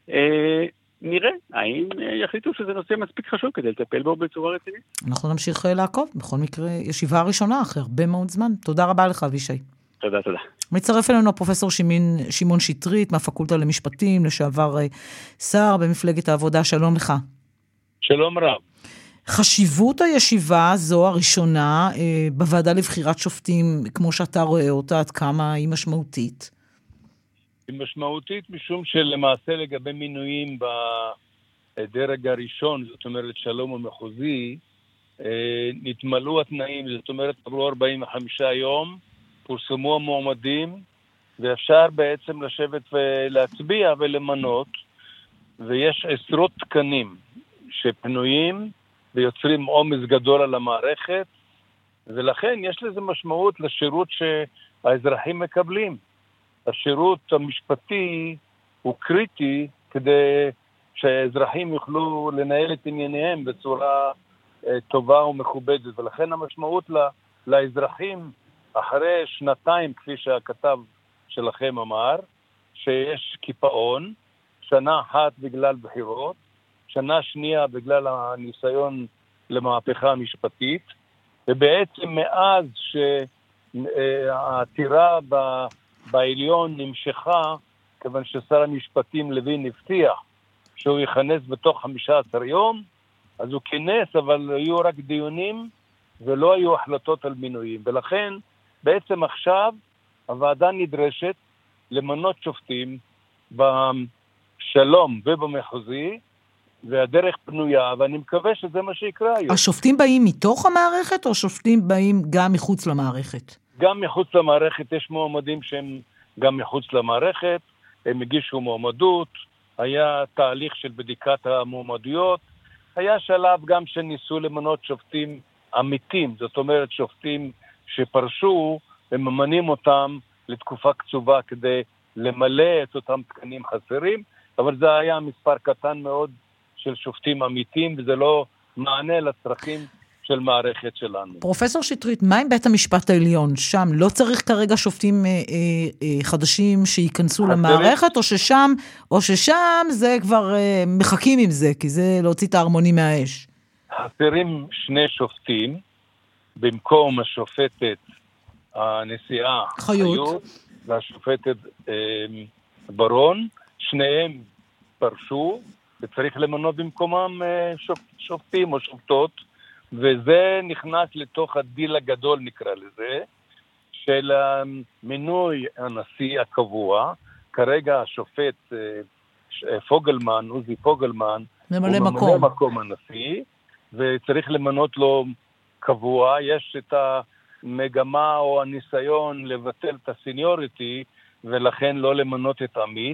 נראה, האם יחליטו שזה נושא מספיק חשוב כדי לטפל בו בצורה רצינית? אנחנו נמשיך לעקוב, בכל מקרה, ישיבה ראשונה אחרי הרבה מאוד זמן. תודה רבה לך, אבישי. תודה. מצטרף אלינו הפרופסור שמעון שטרית, מהפקולטה למשפטים, לשעבר שר במפלגת העבודה. שלום לך. שלום רב. חשיבות הישיבה זו הראשונה בוועדה לבחירת שופטים, כמו שאתה רואה אותה, עד כמה היא משמעותית? היא משמעותית משום שלמעשה לגבי מינויים בדרג הראשון, זאת אומרת שלום המחוזי, נתמלאו התנאים, זאת אומרת עברו 45 יום, פורסמו המועמדים, ואפשר בעצם לשבת ולהצביע ולמנות, ויש עשרות תקנים שפנויים ויוצרים עומס גדול על המערכת, ולכן יש לזה משמעות לשירות שהאזרחים מקבלים. השירות המשפטי הוא קריטי כדי שהאזרחים יוכלו לנהל את ענייניהם בצורה טובה ומכובדת, ולכן המשמעות לאזרחים אחרי 2 כפי שהכתב שלכם אמר, שיש קיפאון, 1 שנה בגלל בחירות, 2 שנה בגלל הניסיון למהפכה המשפטית, ובעצם מאז שהעתירה בעליון נמשכה, כיוון ששר המשפטים לוין הבטיח שהוא יכנס בתוך 15 יום, אז הוא כינס, אבל היו רק דיונים ולא היו החלטות על מינויים. ולכן בעצם עכשיו הוועדה נדרשת למנות שופטים בשלום ובמחוזי, והדרך פנויה, ואני מקווה שזה מה שיקרה היום. השופטים באים מתוך המערכת, או שופטים באים גם מחוץ למערכת? גם מחוץ למערכת, יש מועמדים שהם גם מחוץ למערכת, הם הגישו מועמדות, היה תהליך של בדיקת המועמדויות, היה שלב גם שניסו למנות שופטים אמיתים, זאת אומרת שופטים שפרשו, וממנים אותם לתקופה קצובה כדי למלא את אותם תקנים חסרים, אבל זה היה מספר קטן מאוד של שופטים אמיתיים, וזה לא מענה לצרכים של מערכת שלנו. פרופסור שטרית, מה עם בית המשפט העליון? שם לא צריך כרגע שופטים חדשים שייכנסו למערכת, או ששם זה כבר מחכים עם זה, כי זה להוציא את ההרמונים מהאש. חסרים 2 שופטים, במקום השופטת הנשיאה חיות, והשופטת ברון, שניהם פרשו, וצריך למנות במקומם שופטים או שופטות, וזה נכנס לתוך הדיל הגדול, נקרא לזה, של מינוי הנשיא הקבוע. כרגע השופט פוגלמן, עוזי פוגלמן, ממלא מקום הנשיא, וצריך למנות לו קבוע. יש את המגמה או הניסיון לבטל את הסניוריטי, ולכן לא למנות את עמית,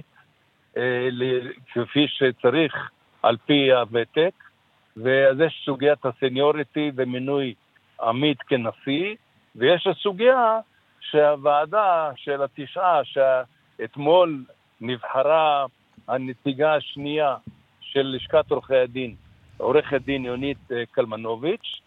כפי שצריך על פי הוותק, ואז יש סוגיית הסניוריטי ומינוי עמית כנשיא, ויש הסוגיה שהוועדה של 9, שאתמול נבחרה הנציגה השנייה של לשכת עורכי הדין, עורכת דין יונית קלמנוביץ',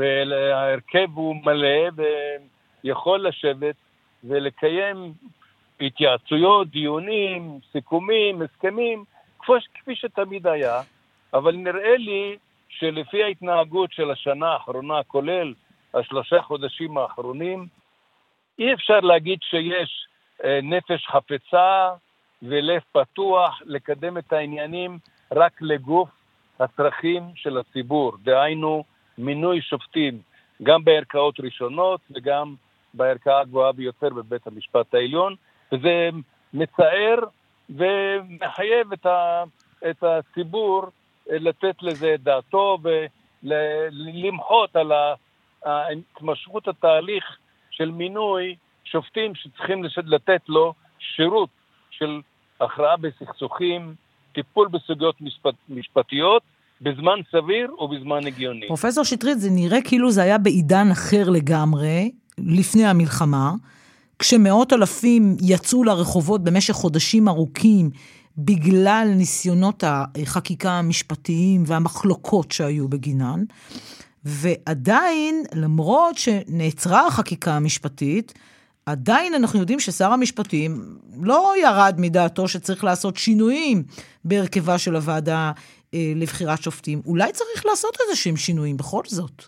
וההרכב הוא מלא ויכול לשבת ולקיים התייעצויות, דיונים, סיכומים, הסכמים, כפי שתמיד היה, אבל נראה לי שלפי ההתנהגות של השנה האחרונה, כולל 3 חודשים האחרונים, אי אפשר להגיד שיש נפש חפצה ולב פתוח לקדם את העניינים רק לגוף הצרכים של הציבור, דהיינו מינוי שופטים, גם בערכאות ראשונות וגם בערכאה הגבוהה ביותר בבית המשפט העליון, וזה מצער ומחייב את הציבור לתת לזה דעתו ולמחות על התמשכות התהליך של מינוי שופטים שצריכים לתת לו שירות של הכרעה בסכסוכים, טיפול בסוגיות משפטיות, בזמן סביר ובזמן הגיוני. פרופסור שטרית, זה נראה כאילו זה היה בעידן אחר לגמרי, לפני המלחמה, כשמאות אלפים יצאו לרחובות במשך חודשים ארוכים, בגלל ניסיונות החקיקה המשפטיים והמחלוקות שהיו בגינן, ועדיין, למרות שנעצרה החקיקה המשפטית, עדיין אנחנו יודעים ששר המשפטים לא ירד מדעתו שצריך לעשות שינויים בהרכבה של הוועדה לבחירת שופטים. אולי צריך לעשות איזשהם שינויים בכל זאת.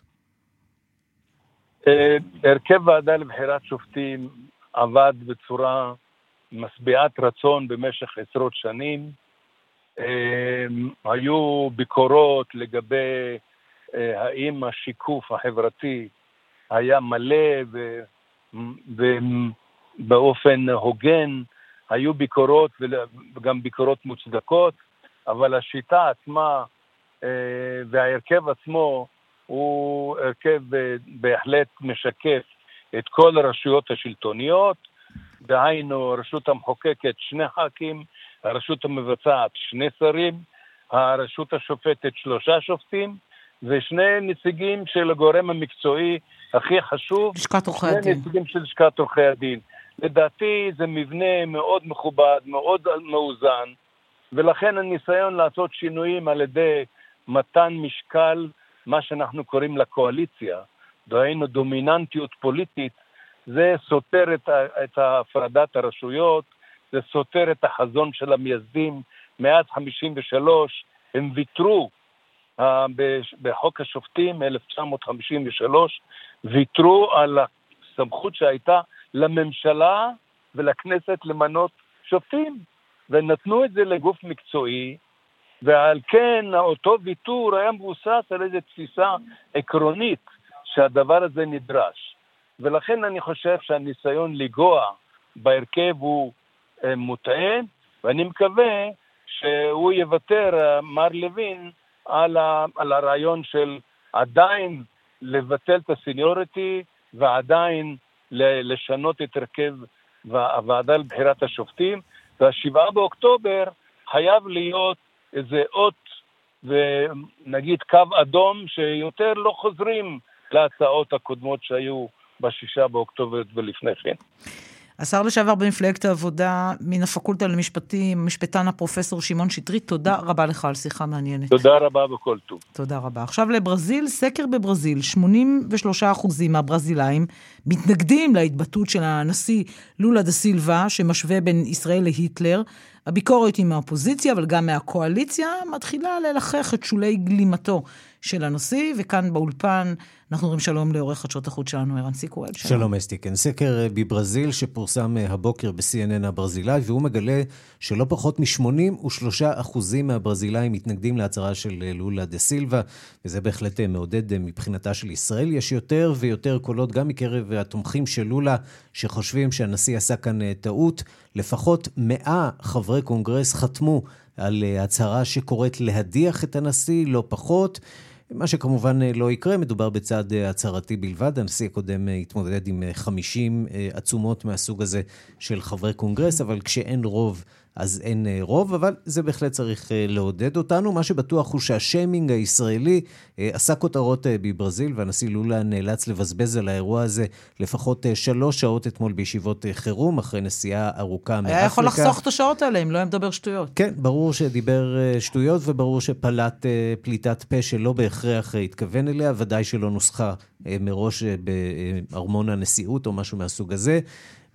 הרכב ועדה לבחירת שופטים עבד בצורה משביעת רצון במשך עשרות שנים. היו ביקורות לגבי האם השיקוף החברתי היה מלא ובאופן הוגן, היו ביקורות וגם ביקורות מוצדקות, אבל השיטה עצמה וההרכב עצמו הוא הרכב בהחלט משקף את כל הרשויות השלטוניות, דהיינו הרשות המחוקקת 2 ח"כים, הרשות המבצעת 2 שרים, הרשות השופטת 3 שופטים, ו2 נציגים של הגורם המקצועי הכי חשוב, לשכת עורכי הדין. 2 נציגים של לשכת עורכי הדין. לדעתי זה מבנה מאוד מכובד, מאוד מאוזן, ולכן הניסיון לעשות שינויים על ידי מתן משקל, מה שאנחנו קוראים לקואליציה, דהיינו דומיננטיות פוליטית, זה סותר את הפרדת הרשויות, זה סותר את החזון של המייסדים. מאז 53 הם ויתרו, בחוק השופטים 1953, ויתרו על הסמכות שהייתה לממשלה ולכנסת למנות שופטים, ונתנו את זה לגוף מקצועי, ועל כן אותו ויתור היה מבוסס על איזו תפיסה עקרונית שהדבר הזה נדרש. ולכן אני חושב שהניסיון לגוע בהרכב הוא מוטעה, ואני מקווה שהוא יוותר, מר לוין, על הרעיון של עדיין לבטל את הסיניוריטי ועדיין לשנות את הרכב הוועדה לבחירת השופטים, וה7 באוקטובר חייב להיות איזה אות ונגיד קו אדום שיותר לא חוזרים להצעות הקודמות שהיו ב6 באוקטובר ולפני כן. השר לשעבר במפלגת העבודה מן הפקולטה למשפטים, משפטן הפרופסור שמעון שטרית, תודה רבה לך על שיחה מעניינת. תודה רבה בכל טוב. תודה רבה. עכשיו לברזיל, סקר בברזיל, 83% מהברזילאים מתנגדים להתבטאות של הנשיא לולה דה סילבה, שמשווה בין ישראל להיטלר. הביקורת היא מהאופוזיציה, אבל גם מהקואליציה, מתחילה ללחך את שולי גלימתו של הנשיא, וכאן באולפן אנחנו אומרים שלום לעורך חדשות החוץ שלנו, ערן סיקורל. שלום אסתי, כן, סקר בברזיל שפורסם הבוקר ב-CNN הברזילאי, והוא מגלה שלא פחות מ-83% מהברזילאים מתנגדים להצהרה של לולה דה סילבה, וזה בהחלט מעודד מבחינתה של ישראל. יש יותר ויותר קולות גם מקרב התומכים של לולה, שחושבים שהנשיא עשה כאן טעות. לפחות 100 חברי קונגרס חתמו על הצהרה שקוראת להדיח את הנשיא, לא פחות. מה שכמובן לא יקרה, מדובר בצעד הצהרתי בלבד. הנשיא הקודם התמודד עם 50 עצומות מהסוג הזה של חברי קונגרס, אבל כשאין רוב אז אין רוב, אבל זה בהחלט צריך לעודד אותנו. מה שבטוח הוא שהשיימינג הישראלי עשה כותרות בברזיל, והנשיא לולה נאלץ לבזבז על האירוע הזה לפחות 3 שעות אתמול בישיבות חירום, אחרי נסיעה ארוכה מאפריקה. היה יכול לחסוך את השעות האלה, אם לא היה מדבר שטויות. כן, ברור שדיבר שטויות, וברור שפלט פליטת פה שלא בהכרח התכוון אליה, ודאי שלא נוסחה מראש בארמון הנשיאות או משהו מהסוג הזה.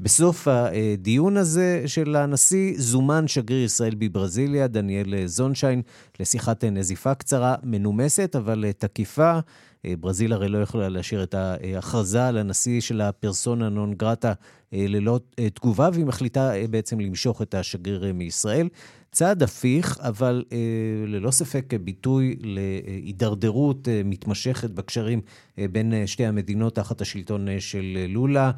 בסוף הדיון הזה של הנשיא זומן שגריר ישראל בברזיליה, דניאל זונשיין, לשיחת נזיפה קצרה, מנומסת, אבל תקיפה. ברזיל הרי לא יכולה להשאיר את ההכרזה על הנשיא של הפרסונה נון גרטה ללא תגובה, והיא מחליטה בעצם למשוך את השגריר מישראל. צעד הפיך, אבל ללא ספק ביטוי להידרדרות מתמשכת בקשרים בין שתי המדינות תחת השלטון של לולה.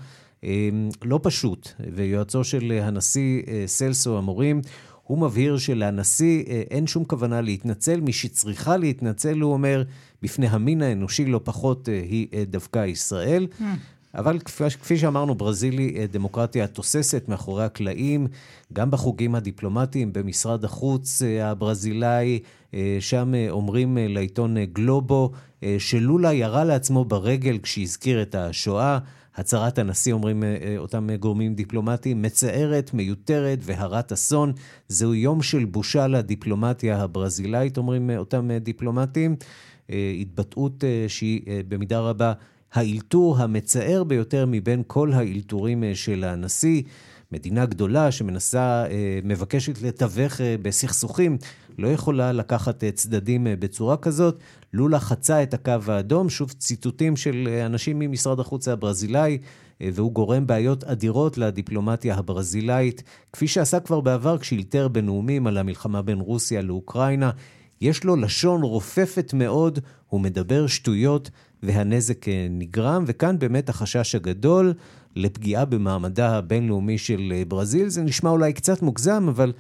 לא פשוט, ויועצו של הנשיא סלסו אמורים, הוא מבהיר שלנשיא אין שום כוונה להתנצל, מי שצריכה להתנצל, הוא אומר, בפני המין האנושי לא פחות היא דווקא ישראל. אבל כפי שאמרנו, ברזילי דמוקרטיה תוססת מאחורי הקלעים, גם בחוגים הדיפלומטיים במשרד החוץ הברזילאי, שם אומרים לעיתון גלובו, שלולה ירה לעצמו ברגל כשהזכיר את השואה. הצהרת הנשיא, אומרים אותם גורמים דיפלומטיים, מצערת, מיותרת והרת אסון. זהו יום של בושה לדיפלומטיה הברזילאית, אומרים אותם דיפלומטים. התבטאות שהיא במידה רבה האילתור המצער ביותר מבין כל האילתורים של הנשיא. מדינה גדולה שמנסה, מבקשת לתווך בסכסוכים, לא יכולה לקחת צדדים בצורה כזאת. לולה חצה את הקו האדום, שוב ציטוטים של אנשים ממשרד החוץ הברזילאי, והוא גורם בעיות אדירות לדיפלומטיה הברזילאית, כפי שעשה כבר בעבר כשילתר בנאומים על המלחמה בין רוסיה לאוקראינה. יש לו לשון רופפת מאוד, הוא מדבר שטויות והנזק נגרם, וכאן באמת החשש הגדול לפגיעה במעמדה הבינלאומי של ברזיל. זה נשמע אולי קצת מוגזם, אבל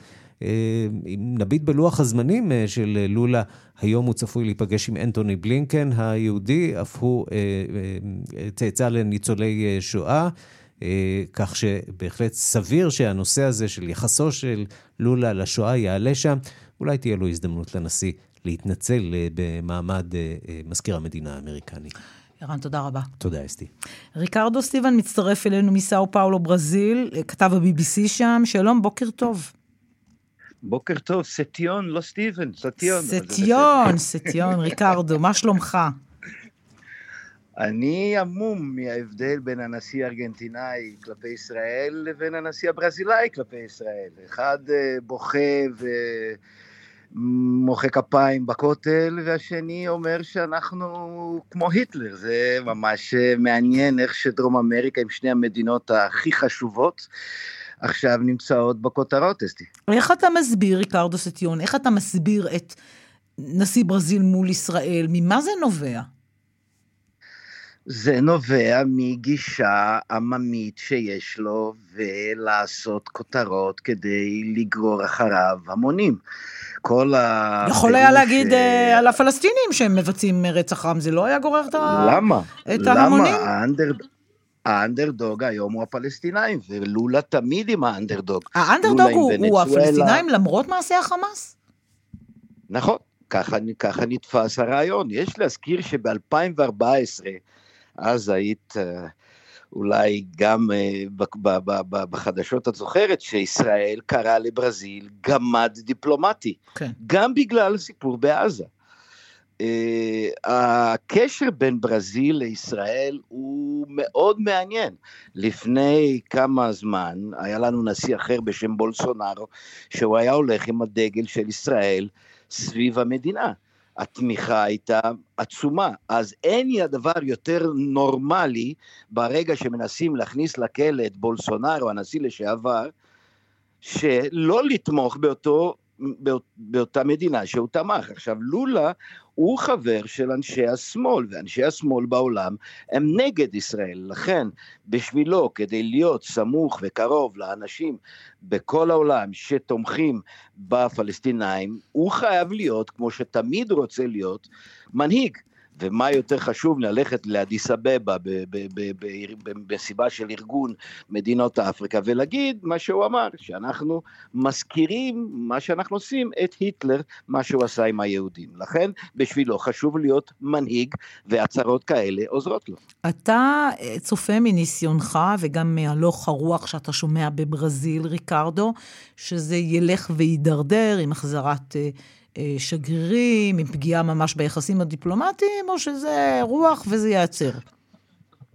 אם נביט בלוח הזמנים של לולה, היום הוא צפוי להיפגש עם אנטוני בלינקן היהודי, אף הוא צאצא לניצולי שואה, כך שבהחלט סביר שהנושא הזה של יחסו של לולה לשואה יעלה שם. אולי תהיה לו הזדמנות לנשיא להתנצל במעמד מזכיר המדינה האמריקני. ערן, תודה רבה. תודה, אסתי. ריקרדו סטיבן מצטרף אלינו מסאו פאולו, ברזיל, כתב ה-BBC שם. שלום, בוקר טוב. בוקר טוב, סטיון, לא סטיבן, סטיון, ריקרדו, מה שלומך? אני עמום מההבדל בין הנשיא הארגנטינאי כלפי ישראל לבין הנשיא הברזילאי כלפי ישראל. אחד בוכה ומוחא כפיים בכותל, והשני אומר שאנחנו כמו היטלר. זה ממש מעניין איך שדרום אמריקה עם שני המדינות הכי חשובות עכשיו נמצאות בכותרות, אסתי. איך אתה מסביר, ריקרדו סטיון, איך אתה מסביר את נשיא ברזיל מול ישראל? ממה זה נובע? זה נובע מגישה עממית שיש לו, ולעשות כותרות כדי לגרור אחריו המונים. יכול היה להגיד על הפלסטינים שהם מבצעים רצח עם, זה לא היה גורר את ההמונים? למה? האנדרדוג היום הוא הפלסטינאים, ולולה תמיד עם האנדרדוג. האנדרדוג הוא הפלסטינאים למרות מעשי החמאס? נכון, ככה נתפס הרעיון. יש להזכיר שב-2014, אז היית אולי גם בחדשות את זוכרת, שישראל קרא לברזיל גמד דיפלומטי, גם בגלל סיפור בעזה. הקשר בין ברזיל לישראל הוא מאוד מעניין. לפני כמה זמן היה לנו נשיא אחר בשם בולסונארו, שהוא היה הולך עם הדגל של ישראל סביב המדינה. התמיכה הייתה עצומה, אז אין הדבר יותר נורמלי ברגע שמנסים להכניס לכלא את בולסונארו, הנשיא לשעבר, שלא לתמוך באותה מדינה שהוא תמך. עכשיו, לולה הוא חבר של אנשי השמאל, ואנשי השמאל בעולם הם נגד ישראל, לכן בשבילו, כדי להיות סמוך וקרוב לאנשים בכל העולם שתומכים בפלסטינאים, הוא חייב להיות, כמו שתמיד רוצה להיות, מנהיג. ומה יותר חשוב ללכת לאדיס אבבה בסיבה של ארגון מדינות אפריקה ולהגיד מה שהוא אמר, שאנחנו מזכירים מה שאנחנו עושים את היטלר, מה שהוא עשה עם היהודים. לכן בשבילו חשוב להיות מנהיג, והצהרות כאלה עוזרות לו. אתה צופה מניסיונך וגם מהלוך הרוח שאתה שומע בברזיל, ריקרדו, שזה ילך וידרדר עם החזרת שגרירים, עם פגיעה ממש ביחסים הדיפלומטיים, או שזה רוח וזה ייעצר?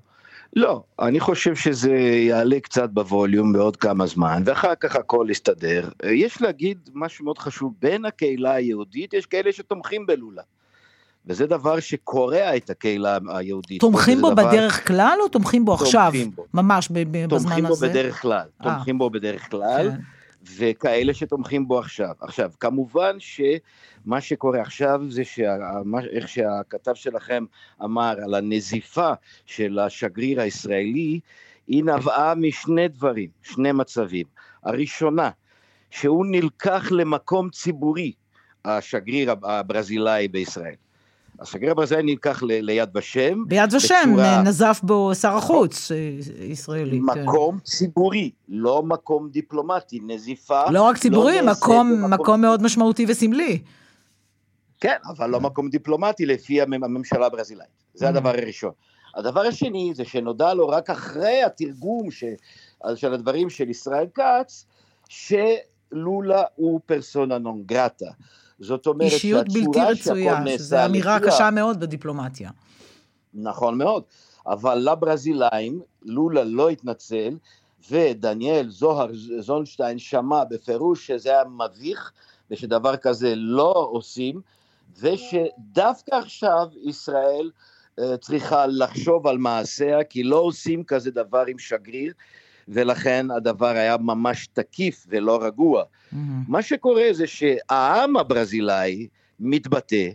לא, אני חושב שזה יעלה קצת בווליום בעוד כמה זמן, ואחר כך הכל יסתדר. יש להגיד משהו מאוד חשוב, בין הקהילה היהודית יש כאלה שתומכים בלולה. וזה דבר שקורע את הקהילה היהודית. תומכים בו בדרך כלל או תומכים בו עכשיו? ממש בזמן הזה? תומכים בו בדרך כלל, תומכים בו בדרך כלל, וכאלה שתומכים בו עכשיו. עכשיו, כמובן שמה שקורה עכשיו זה איך שהכתב שלכם אמר על הנזיפה של השגריר הישראלי, היא נבעה משני דברים, שני מצבים. הראשונה, שהוא נלקח למקום ציבורי, השגריר הברזילאי בישראל. השגריר הברזילאי נלקח ליד ושם. ביד ושם, נזף בו שר החוץ ישראלי. מקום ציבורי, לא מקום דיפלומטי, נזיפה. לא רק ציבורי, מקום מאוד משמעותי וסמלי. כן, אבל לא מקום דיפלומטי לפי הממשלה הברזילאית. זה הדבר הראשון. הדבר השני זה שנודע לו רק אחרי התרגום של הדברים של ישראל כץ, שלולה הוא פרסונה נון גרטה. זאת אומרת אישיות בלתי רצויה, שזו אמירה קשה מאוד בדיפלומטיה. נכון מאוד, אבל לברזילאים, לולה לא התנצל, ודניאל זוהר זונשטיין שמע בפירוש שזה היה מביך, ושדבר כזה לא עושים, ושדווקא עכשיו ישראל צריכה לחשוב על מעשיה, כי לא עושים כזה דבר עם שגריר, ולכן הדבר היה ממש תקיף ולא רגוע. מה שקורה זה שהעם הברזילאי מתבטא,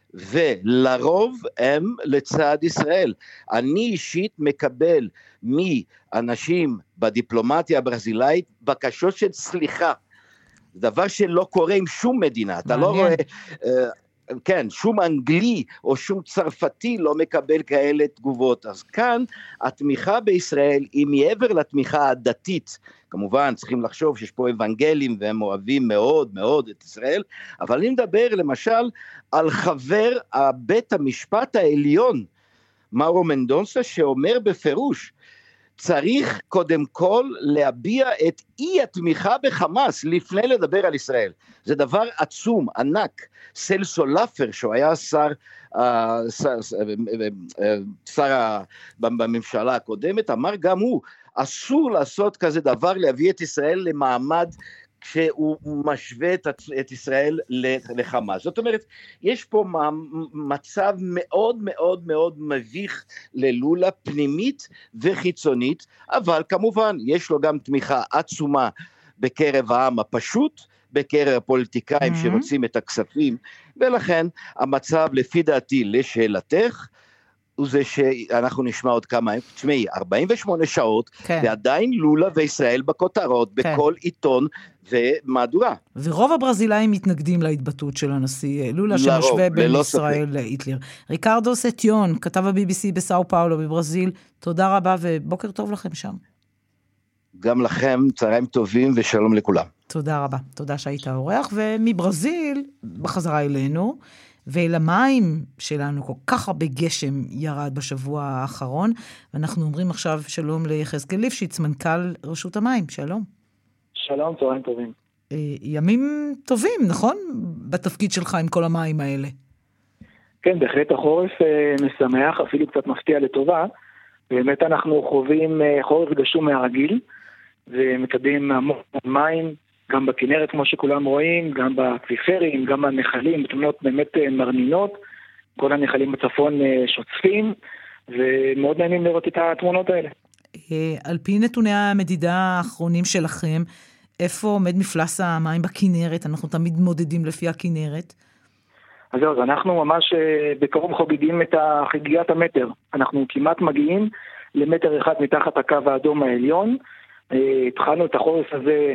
ולרוב הם לצד ישראל. אני אישית מקבל מאנשים בדיפלומטיה הברזילאית בקשות של סליחה, דבר שלא קורה עם שום מדינה. אתה לא רואה... כן, שום אנגלי או שום צרפתי לא מקבל כאלה תגובות. אז כאן התמיכה בישראל היא מעבר לתמיכה הדתית. כמובן צריכים לחשוב שיש פה אבנגלים והם אוהבים מאוד מאוד את ישראל, אבל אני מדבר למשל על חבר בית המשפט העליון, מארו מנדונסה, שאומר בפירוש, צריך קודם כל להביע את אי התמיכה בחמאס לפני לדבר על ישראל. זה דבר עצום, ענק. סלסו לפר, שהוא היה שר בממשלה הקודמת, אמר גם הוא, אסור לעשות כזה דבר, להביא את ישראל למעמד כשהוא משווה את ישראל לחמאס. זאת אומרת, יש פה מצב מאוד מאוד מאוד מביך ללולה, פנימית וחיצונית, אבל כמובן יש לו גם תמיכה עצומה בקרב העם הפשוט, בקרב הפוליטיקאים שרוצים את הכספים, ולכן המצב לפי דעתי לשאלתך, הוא זה שאנחנו נשמע עוד כמה, תשמעי, 48 שעות, ועדיין לולה וישראל בכותרות, בכל עיתון ומהדורה. ורוב הברזילאים מתנגדים להתבטאות של הנשיא לולה, שמשווה בין ישראל להיטלר. ריקרדו סטיון, כתב ה-BBC בסאו פאולו בברזיל, תודה רבה ובוקר טוב לכם שם. גם לכם, צהריים טובים ושלום לכולם. תודה רבה, תודה שהיית האורח, ומברזיל בחזרה אלינו, ואל המים שלנו כל כך הרבה גשם ירד בשבוע האחרון, ואנחנו אומרים עכשיו שלום ליחזקאל ליפשיץ, מנכ"ל רשות המים, שלום. שלום, צהריים טובים. ימים טובים, נכון? בתפקיד שלך עם כל המים האלה. כן, בהחלט החורף משמח, אפילו קצת מפתיע לטובה, באמת אנחנו חווים חורף גשום מהרגיל, ומקבלים המון מים, גם בכנרת כמו שכולם רואים, גם באקוויפרים, גם בנחלים, תמונות באמת מרנינות, כל הנחלים בצפון שוצפים, ומאוד נהנים לראות את התמונות האלה. על פי נתוני המדידה האחרונים שלכם, איפה עומד מפלס המים בכנרת? אנחנו תמיד מודדים לפי הכנרת. אז זהו, אז אנחנו ממש בקרוב חוגגים את חגיגת המטר. אנחנו כמעט מגיעים למטר אחד מתחת הקו האדום העליון. התחלנו את החורף הזה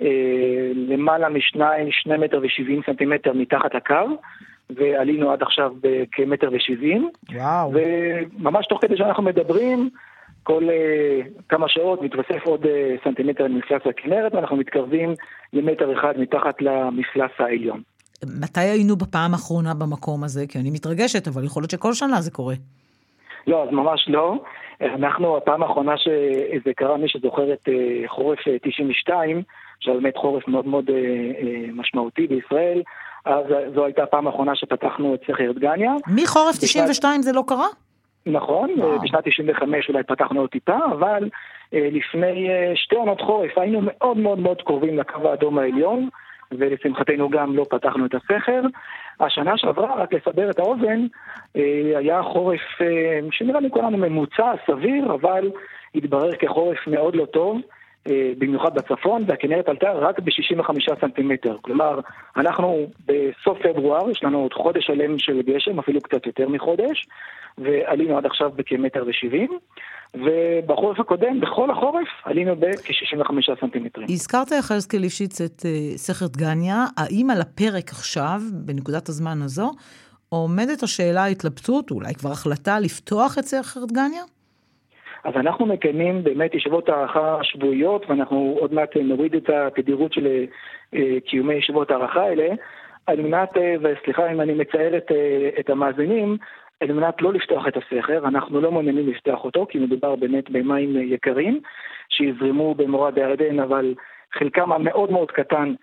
למעלה מ2 מטר ו70 סנטימטר מתחת הקו, ועלינו עד עכשיו כמטר ו70. וואו. וממש תוך כדי שאנחנו מדברים, כל כמה שעות מתווסף עוד סנטימטר למפלס הכנרת, ואנחנו מתקרבים למטר אחד מתחת למפלס העליון. מתי היינו בפעם האחרונה במקום הזה? כי אני מתרגשת, אבל יכול להיות שכל שנה זה קורה. לא, אז ממש לא. אנחנו, הפעם האחרונה שזה קרה, מי שזוכר את חורף 92, שבאמת חורף מאוד מאוד משמעותי בישראל, אז זו הייתה הפעם האחרונה שפתחנו את סכר דגניה. מחורף 92 זה לא קרה? נכון, בשנת 95 אולי פתחנו עוד טיפה, אבל לפני 2 עונות חורף היינו מאוד מאוד מאוד קרובים לקו האדום העליון, ולשמחתנו גם לא פתחנו את הסכר. השנה שעברה, רק לסבר את האוזן, היה חורף שנראה לי כולנו ממוצע, סביר, אבל התברר כחורף מאוד לא טוב, במיוחד בצפון, והכנרת עלתה רק ב-65 סנטימטר. כלומר, אנחנו בסוף פברואר, יש לנו עוד חודש שלם של גשם, אפילו קצת יותר מחודש, ועלינו עד עכשיו בכ1.70 מטר, ובחורף הקודם, בכל החורף, עלינו בכ65 סנטימטרים. הזכרת יחזקאל ליפשיץ את סכר דגניה, האם על הפרק עכשיו, בנקודת הזמן הזו, עומדת השאלה התלבטות, אולי כבר החלטה לפתוח את סכר דגניה? אז אנחנו מקיימים באמת ישיבות הערכה שבועיות, ואנחנו עוד מעט נוריד את התדירות של קיומי ישיבות הערכה האלה, על מנת, וסליחה אם אני מצייר את המאזינים, על מנת לא לפתוח את הסכר. אנחנו לא מעוניינים לפתוח אותו, כי מדובר באמת במים יקרים, שיזרמו במורד הירדן, אבל חלקם המאוד מאוד קטן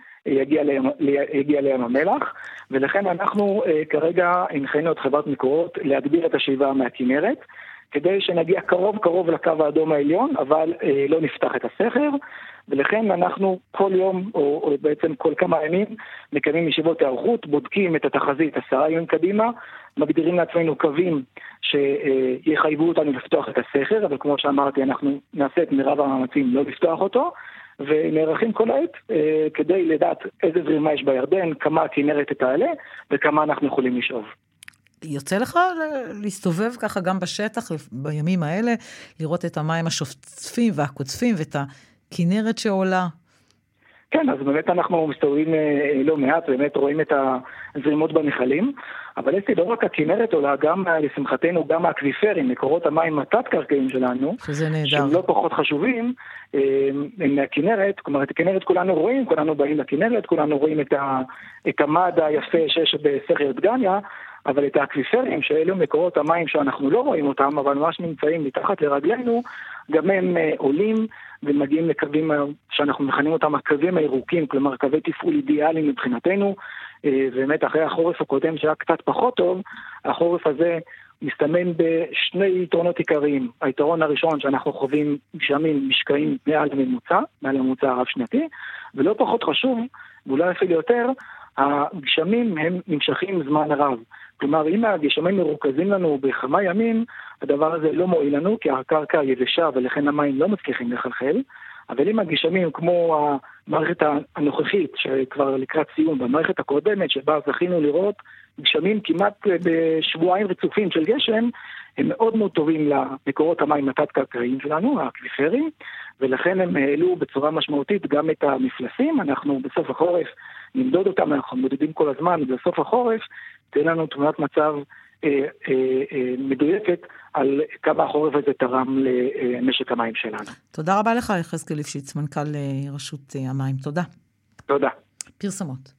יגיע לים המלח, ולכן אנחנו כרגע הנחינו את חברת מקורות להגביר את השאיבה מהכנרת, כדי שנגיע קרוב לקו האדום העליון, אבל לא נפתח את הסכר, ולכן אנחנו כל יום, או בעצם כל כמה ימים, מקיימים ישיבות הערכות, בודקים את התחזית 10 ימים קדימה, מגדירים לעצמנו קווים שיחייבו אותנו לפתוח את הסכר, אבל כמו שאמרתי, אנחנו נעשה את מרב המאמצים לא לפתוח אותו, ונערכים כל העת כדי לדעת איזה זרימה יש בירדן, כמה הכנרת תעלה, וכמה אנחנו יכולים לשאוב. יוצא לך להסתובב ככה גם בשטח בימים האלה, לראות את המים השופצפים והקוצפים ואת הכנרת שעולה? כן, אז באמת אנחנו מסתובבים לא מעט, באמת רואים את הזרימות בנחלים, אבל יש לי לא רק הכנרת עולה, גם לשמחתנו גם האקוויפרים, מקורות המים התת-קרקעיים שלנו, שזה נהדר. שהם לא פחות חשובים, הם מהכנרת, כלומר את הכנרת כולנו רואים, כולנו באים לכנרת, כולנו רואים את המד היפה שיש בסכר דגניה, אבל את האקוויפרים, שאלו מקורות המים שאנחנו לא רואים אותם, אבל ממש נמצאים מתחת לרגלינו, גם הם עולים ומגיעים לקווים שאנחנו מכנים אותם הקווים הירוקים, כלומר קווי תפעול אידיאליים מבחינתנו, ובאמת אחרי החורף הקודם שהיה קצת פחות טוב, החורף הזה מסתמן בשני יתרונות עיקריים. היתרון הראשון שאנחנו חווים גשמים משקעים מעל הממוצע הרב שנתי, ולא פחות חשוב, ואולי אפילו יותר, הגשמים הם נמשכים זמן רב. כלומר, אם הגשמים מרוכזים לנו בכמה ימים, הדבר הזה לא מועיל לנו, כי הקרקע יבשה ולכן המים לא מצליחים לחלחל, אבל אם הגשמים כמו המערכת הנוכחית, שכבר לקראת סיום, במערכת הקודמת שבה זכינו לראות גשמים כמעט בשבועיים רצופים של גשם, הם מאוד מאוד טובים למקורות המים התת-קרקעיים שלנו, האקוויפרים, ולכן הם העלו בצורה משמעותית גם את המפלסים. אנחנו בסוף החורף נמדוד אותם, אנחנו מודדים כל הזמן, ובסוף החורף תהיה לנו תמונת מצב מדויקת על כמה החורף הזה תרם למשק המים שלנו. תודה רבה לך, יחזקאל ליפשיץ, מנכ"ל רשות המים. תודה. תודה. פרסומות.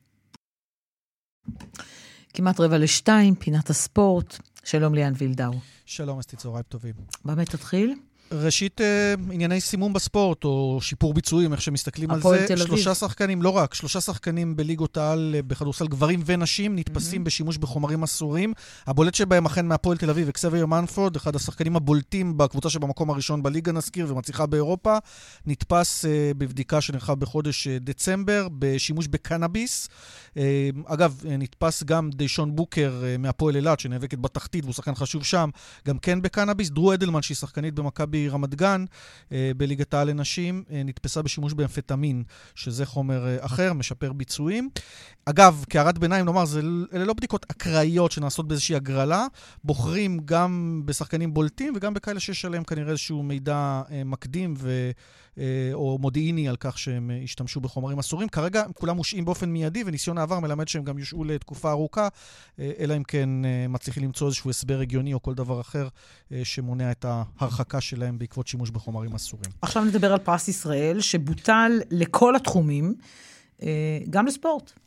כמעט 1:45, פינת הספורט. שלום ליאן וילדאו. שלום, אסתי, צהריים טובים. באמת תתחיל? ראשית, ענייני סימום בספורט, או שיפור ביצועים, איך שמסתכלים על זה. 3 שחקנים, לא רק, 3 שחקנים בליגות העל בכדורסל גברים ונשים, נתפסים בשימוש בחומרים אסורים. הבולט שבהם אכן מהפועל תל אביב, אקסבייר מנפורד, אחד השחקנים הבולטים בקבוצה שבמקום הראשון בליגה נזכיר, ומצליחה באירופה, נתפס בבדיקה שנערכה בחודש דצמבר, בשימוש בקנאביס. אגב, נתפס גם דיישון בוקר מהפועל אילת, שנאבקת בתחתית, והוא שחקן חשוב שם, גם כן בקנאביס. דרו אדלמן, שהיא שחקנית במכבי רמת גן, בליגת העל לנשים, נתפסה בשימוש באמפטמין, שזה חומר אחר, משפר ביצועים. אגב, כהערת ביניים, נאמר, אלה לא בדיקות אקראיות שנעשות באיזושהי הגרלה, בוחרים גם בשחקנים בולטים, וגם בכאלה שיש עליהם כנראה איזשהו מידע מקדים או מודיעיני על כך שהם השתמשו בחומרים אסורים. כרגע כולם מושעים באופן מיידי, וניסיון העבר מלמד שהם גם יושעו לתקופה ארוכה, אלא אם כן מצליחים למצוא איזשהו הסבר הגיוני או כל דבר אחר שמונע את ההרחקה שלהם בעקבות שימוש בחומרים אסורים. עכשיו נדבר על פרס ישראל, שבוטל לכל התחומים, גם לספורט.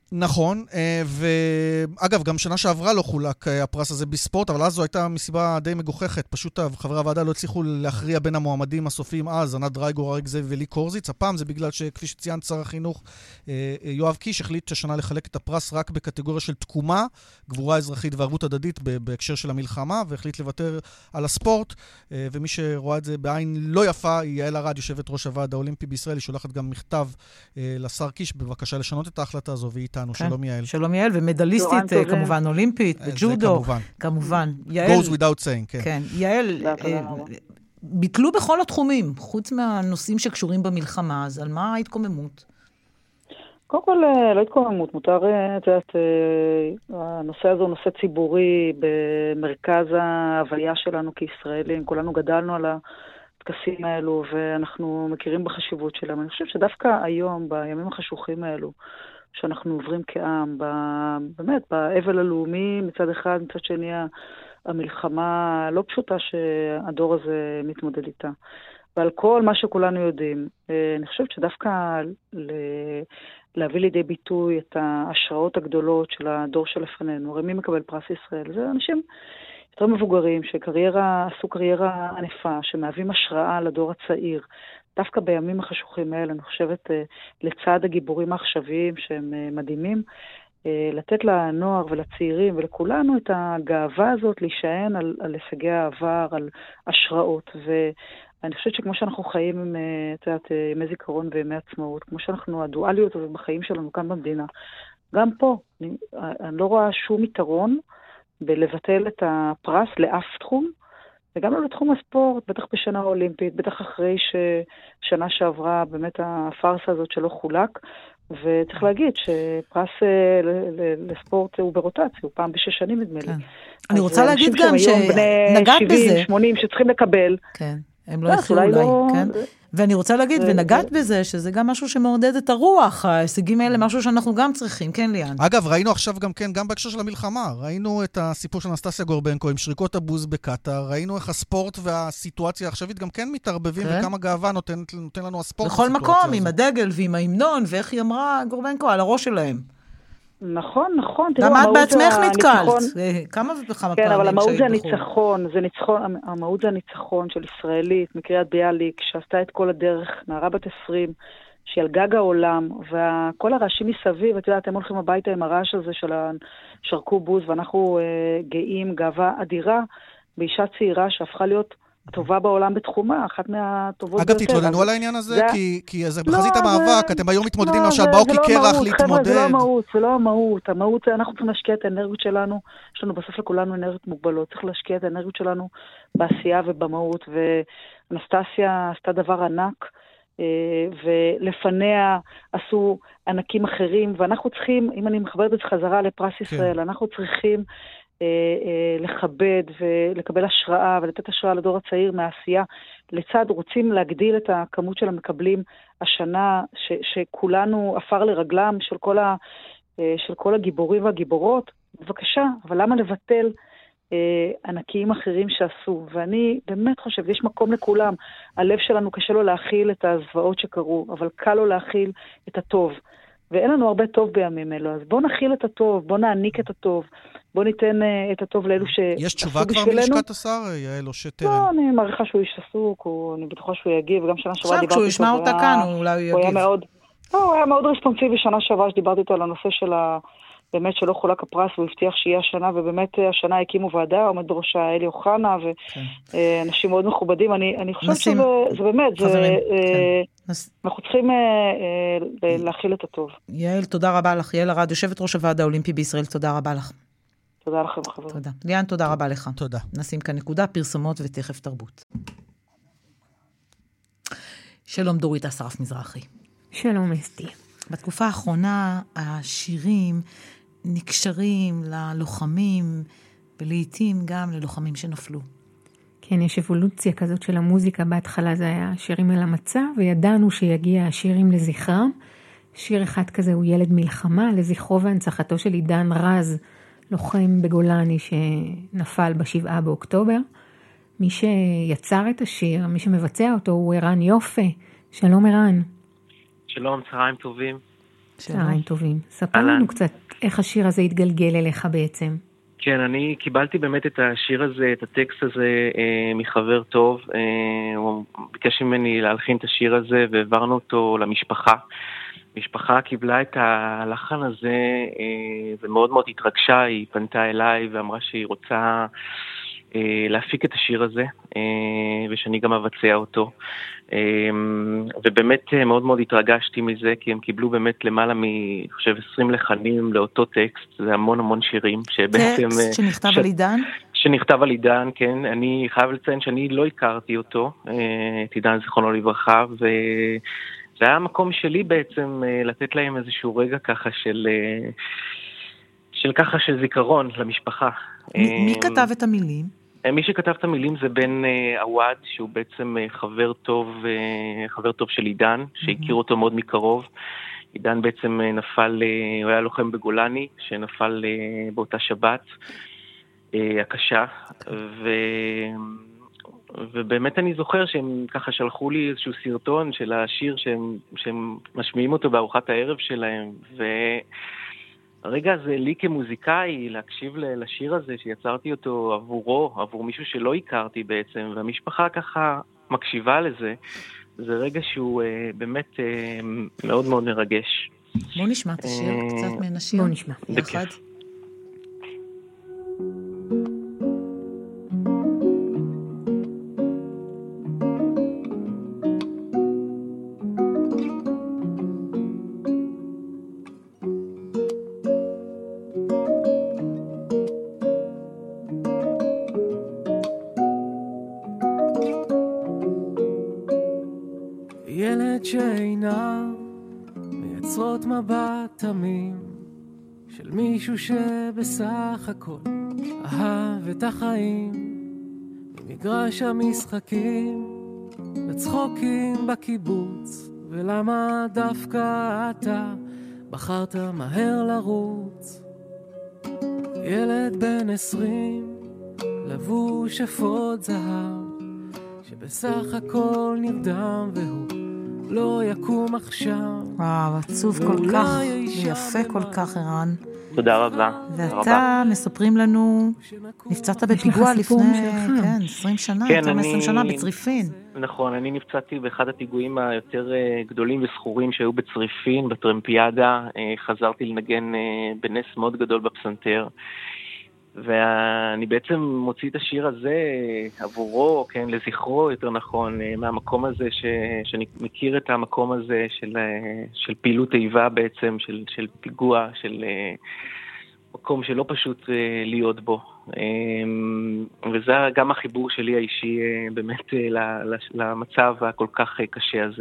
נכון, ואגב, גם שנה שעברה לא חולק הפרס הזה בספורט, אבל אז זו הייתה מסיבה די מגוחכת. פשוט חברי הוועדה לא הצליחו להכריע בין המועמדים הסופיים אז, ענת דרייגור, אריק זאבי ולי קורזיץ. הפעם זה בגלל שכפי שציינת שר החינוך יואב קיש החליט השנה לחלק את הפרס רק בקטגוריה של תקומה, גבורה אזרחית וערבות הדדית בהקשר של המלחמה, והחליט לוותר על הספורט, ומי שרואה את זה בעין לא יפה היא יעל ארד, יושבת ראש הוועד האולימפי בישראל. היא שולחת גם מכתב לשר קיש בבקשה לשנות את ההחלטה הזו, והיא איתנו. שלום יעל. שלום יעל, ומדליסטית כמובן אולימפית, בג'ודו. כמובן. Goes without saying, כן. כן. יעל, ביטלו בכל התחומים, חוץ מהנושאים שקשורים במלחמה, אז על מה ההתקוממות? קודם כל, לא התקוממות, מותר, את יודעת, הנושא הזה הוא נושא ציבורי במרכז ההוויה שלנו כישראלים, כולנו גדלנו על הטקסים האלו, ואנחנו מכירים בחשיבות שלהם. אני חושבת שדווקא היום, בימים החשוכים האלו, שאנחנו עוברים כעם, באמת, באבל הלאומי מצד אחד, מצד שני, המלחמה לא פשוטה שהדור הזה מתמודד איתה. ועל כל מה שכולנו יודעים, אני חושבת שדווקא להביא לידי ביטוי את ההשראות הגדולות של הדור שלפנינו, הרי מי מקבל פרס ישראל? זה אנשים יותר מבוגרים שעשו קריירה ענפה, שמהווים השראה לדור הצעיר, דווקא בימים החשוכים האלה, אני חושבת, לצד הגיבורים העכשוויים שהם מדהימים, לתת לנוער ולצעירים ולכולנו את הגאווה הזאת להישען על הישגי העבר, על השראות. ואני חושבת שכמו שאנחנו חיים עם, ימי זיכרון וימי עצמאות, כמו שאנחנו, הדואליות הזאת בחיים שלנו כאן במדינה, גם פה, אני לא רואה שום יתרון בלבטל את הפרס לאף תחום, וגם לא לתחום הספורט, בטח בשנה האולימפית, בטח אחרי ששנה שעברה באמת הפרסה הזאת שלא חולק, וצריך להגיד שפרס לספורט הוא ברוטציה, הוא פעם בשש שנים נדמה לי. אני רוצה להגיד גם שנגעת בזה. 80 שצריכים לקבל. כן, הם לא יכלו אולי, כן. ואני רוצה להגיד, ונגעת בזה, שזה גם משהו שמעודד את הרוח, ההישגים האלה, משהו שאנחנו גם צריכים, כן ליאן? אגב, ראינו עכשיו גם כן, גם בהקשר של המלחמה, ראינו את הסיפור של אנסטסיה גורבנקו עם שריקות הבוז בקטר, ראינו איך הספורט והסיטואציה העכשווית גם כן מתערבבים, וכמה גאווה נותן לנו הספורט. בכל מקום, עם הדגל ועם ההמנון, ואיך היא אמרה גורבנקו על הראש שלהם. נכון. גם את בעצמך נתקלת. כמה וכמה פעמים. כן, אבל המהות זה הניצחון. המהות זה הניצחון של ישראלית, מקריית ביאליק, שעשתה את כל הדרך, נערה בת 20, שהיא על גג העולם, וכל הרעשים מסביב, את יודעת, אתם הולכים הביתה עם הרעש הזה של שרקו בוז, ואנחנו גאים גאווה אדירה, באישה צעירה שהפכה להיות הטובה בעולם בתחומה, אחת מהטובות ביותר. אגב, תתלוננו על העניין הזה, כי זה בחזית המאבק, אתם היום מתמודדים למשל באוקי קרח להתמודד. זה לא המהות, המהות, אנחנו צריכים להשקיע את האנרגיות שלנו, יש לנו בסוף לכולנו אנרגיות מוגבלות, צריך להשקיע את האנרגיות שלנו בעשייה ובמהות, ואנסטסיה עשתה דבר ענק, ולפניה עשו ענקים אחרים, ואנחנו צריכים, אם אני מחברת את זה חזרה לפרס ישראל, אנחנו צריכים לכבד ולקבל השראה ולתת השראה לדור הצעיר מהעשייה. לצד רוצים להגדיל את הכמות של המקבלים השנה שכולנו עפר לרגלם של כל הגיבורים והגיבורות. בבקשה, אבל למה לבטל ענקים אחרים שעשו? ואני באמת חושב, יש מקום לכולם. הלב שלנו קשה לו להכיל את הזוועות שקרו, אבל קל לו להכיל את הטוב. ואין לנו הרבה טוב בימים אלו, אז בואו נכיל את הטוב, בואו נעניק את הטוב, בואו ניתן את הטוב לאלו שעשו בשבילנו. יש תשובה כבר מלשכת השר, יעל, או שטרם? לא, אני מעריכה שהוא איש עסוק, אני בטוחה שהוא יגיב, וגם שנה שעברה דיברתי איתו. עכשיו, כשהוא ישמע אותה כאן, אולי הוא יגיב. הוא היה מאוד רספונסיבי שנה שעברה שדיברתי איתו על הנושא של באמת שלא חולק הפרס, הוא הבטיח שיהיה השנה, ובאמת השנה הקימו ועדה, עומד בראשה אלי אוחנה, ואנשים מאוד מכובדים. אני חושבת שזה באמת, אנחנו צריכים להכיל את הטוב. יעל, תודה רבה לך. יעל ארד, יושבת ראש הוועד האולימפי בישראל, תודה רבה לך. תודה לכם, חברים. תודה. ליאן, תודה רבה לך. תודה. נשים כאן נקודה, פרסומות ותכף תרבות. שלום דורית אסרף מזרחי. שלום אסתי. בתקופה האחרונה השירים נקשרים ללוחמים, ולעיתים גם ללוחמים שנפלו. כן, יש אבולוציה כזאת של המוזיקה. בהתחלה זה היה שירים אל המצב, וידענו שיגיע שירים לזכרם. שיר אחד כזה הוא ילד מלחמה, לזכרו והנצחתו של עידן רז, לוחם בגולני שנפל ב7 באוקטובר. מי שיצר את השיר, מי שמבצע אותו הוא ערן יופה. שלום ערן. שלום, צהריים טובים. צהריים טובים. ספר לנו קצת איך השיר הזה התגלגל אליך בעצם. כן, אני קיבלתי באמת את השיר הזה, את הטקסט הזה מחבר טוב. הוא ביקש ממני להלחין את השיר הזה והעברנו אותו למשפחה. המשפחה קיבלה את הלחן הזה ומאוד מאוד התרגשה. היא פנתה אליי ואמרה שהיא רוצה להפיק את השיר הזה ושאני גם אבצע אותו. ובאמת מאוד מאוד התרגשתי מזה, כי הם קיבלו באמת למעלה חושב 20 לחנים לאותו טקסט. זה המון שירים שבעצם... טקסט שנכתב על עידן? שנכתב על עידן, כן. אני חייב לציין שאני לא הכרתי אותו, את עידן זיכרונו לברכה, וזה היה המקום שלי בעצם לתת להם איזשהו רגע ככה של זיכרון למשפחה. מי כתב את המילים? מי שכתב את המילים זה בן עווד, שהוא בעצם חבר טוב של עידן, שהכיר אותו מאוד מקרוב. עידן בעצם נפל, הוא היה לוחם בגולני, שנפל באותה שבת הקשה, ובאמת אני זוכר שהם ככה שלחו לי איזשהו סרטון של השיר שהם משמיעים אותו בארוחת הערב שלהם, הרגע הזה לי כמוזיקאי להקשיב לשיר הזה שיצרתי אותו עבורו, עבור מישהו שלא הכרתי בעצם, והמשפחה ככה מקשיבה לזה, זה רגע שהוא באמת מאוד מאוד מרגש. בוא נשמע את השיר קצת מנשים. בוא נשמע. יחד. של מישהו שבסך הכל אהב את החיים במגרש המשחקים לצחוקים בקיבוץ, ולמה דווקא אתה בחרת מהר לרוץ. ילד בן 20 לבוש אפוד זהב שבסך הכל נרדם והוא לא יקום עכשיו. וואו, עצוב כל כך, ויפה כל כך, ערן. תודה רבה. ואתה מספרים לנו, נפצעת בפיגוע לפני 20 שנה, יותר מ-20 שנה בצריפין. נכון, אני נפצעתי באחד הפיגועים היותר גדולים וסחורים שהיו בצריפין, בטרמפיאדה. חזרתי לנגן בנס מאוד גדול בפסנתר. ואני בעצם מוציא את השיר הזה עבורו, כן, לזכרו יותר נכון, מהמקום הזה שאני מכיר את המקום הזה של פעילות איבה בעצם, של פיגוע, של מקום שלא פשוט להיות בו. וזה גם החיבור שלי האישי באמת למצב הכל כך קשה הזה.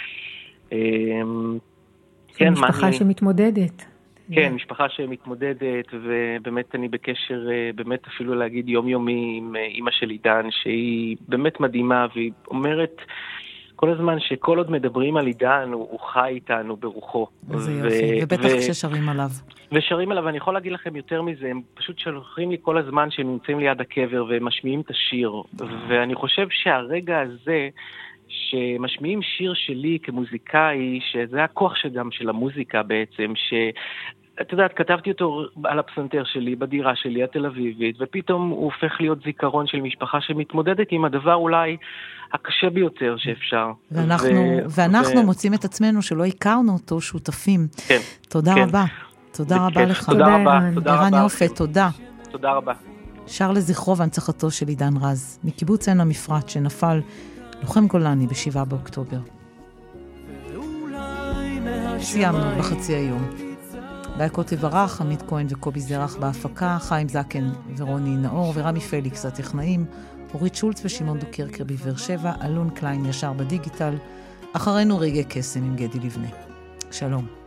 כן, משפחה שמתמודדת. כן, משפחה שמתמודדת, ובאמת אני בקשר, באמת אפילו להגיד יומיומי עם אמא של עידן, שהיא באמת מדהימה, והיא אומרת כל הזמן שכל עוד מדברים על עידן, הוא חי איתנו ברוחו. זה יופי, ובטח כששרים עליו. ושרים עליו, ואני יכול להגיד לכם יותר מזה, הם פשוט שולחים לי כל הזמן שהם נמצאים ליד הקבר, ומשמיעים את השיר, ואני חושב שהרגע הזה, שמשמיעים שיר שלי כמוזיקאי, שזה הכוח שגם של המוזיקה בעצם, את יודעת, כתבתי אותו על הפסנתר שלי, בדירה שלי, התל אביבית, ופתאום הוא הופך להיות זיכרון של משפחה שמתמודדת עם הדבר אולי הקשה ביותר שאפשר. ואנחנו מוצאים את עצמנו שלא הכרנו אותו שותפים. כן. תודה רבה. תודה רבה לך. תודה רבה. ערן יופי, תודה. תודה רבה. שר לזכרו והנצחתו של עידן רז, מקיבוץ עין המפרץ שנפל לוחם גולני ב7 באוקטובר. סיימנו בחצי היום. בייקות יברך, עמית כהן וקובי זרח בהפקה, חיים זקן ורוני נאור ורמי פליקס הטכנאים, אורית שולץ ושמעון דוקרקר בבאר שבע, אלון קליין ישר בדיגיטל, אחרינו רגעי קסם עם גדי לבנה. שלום.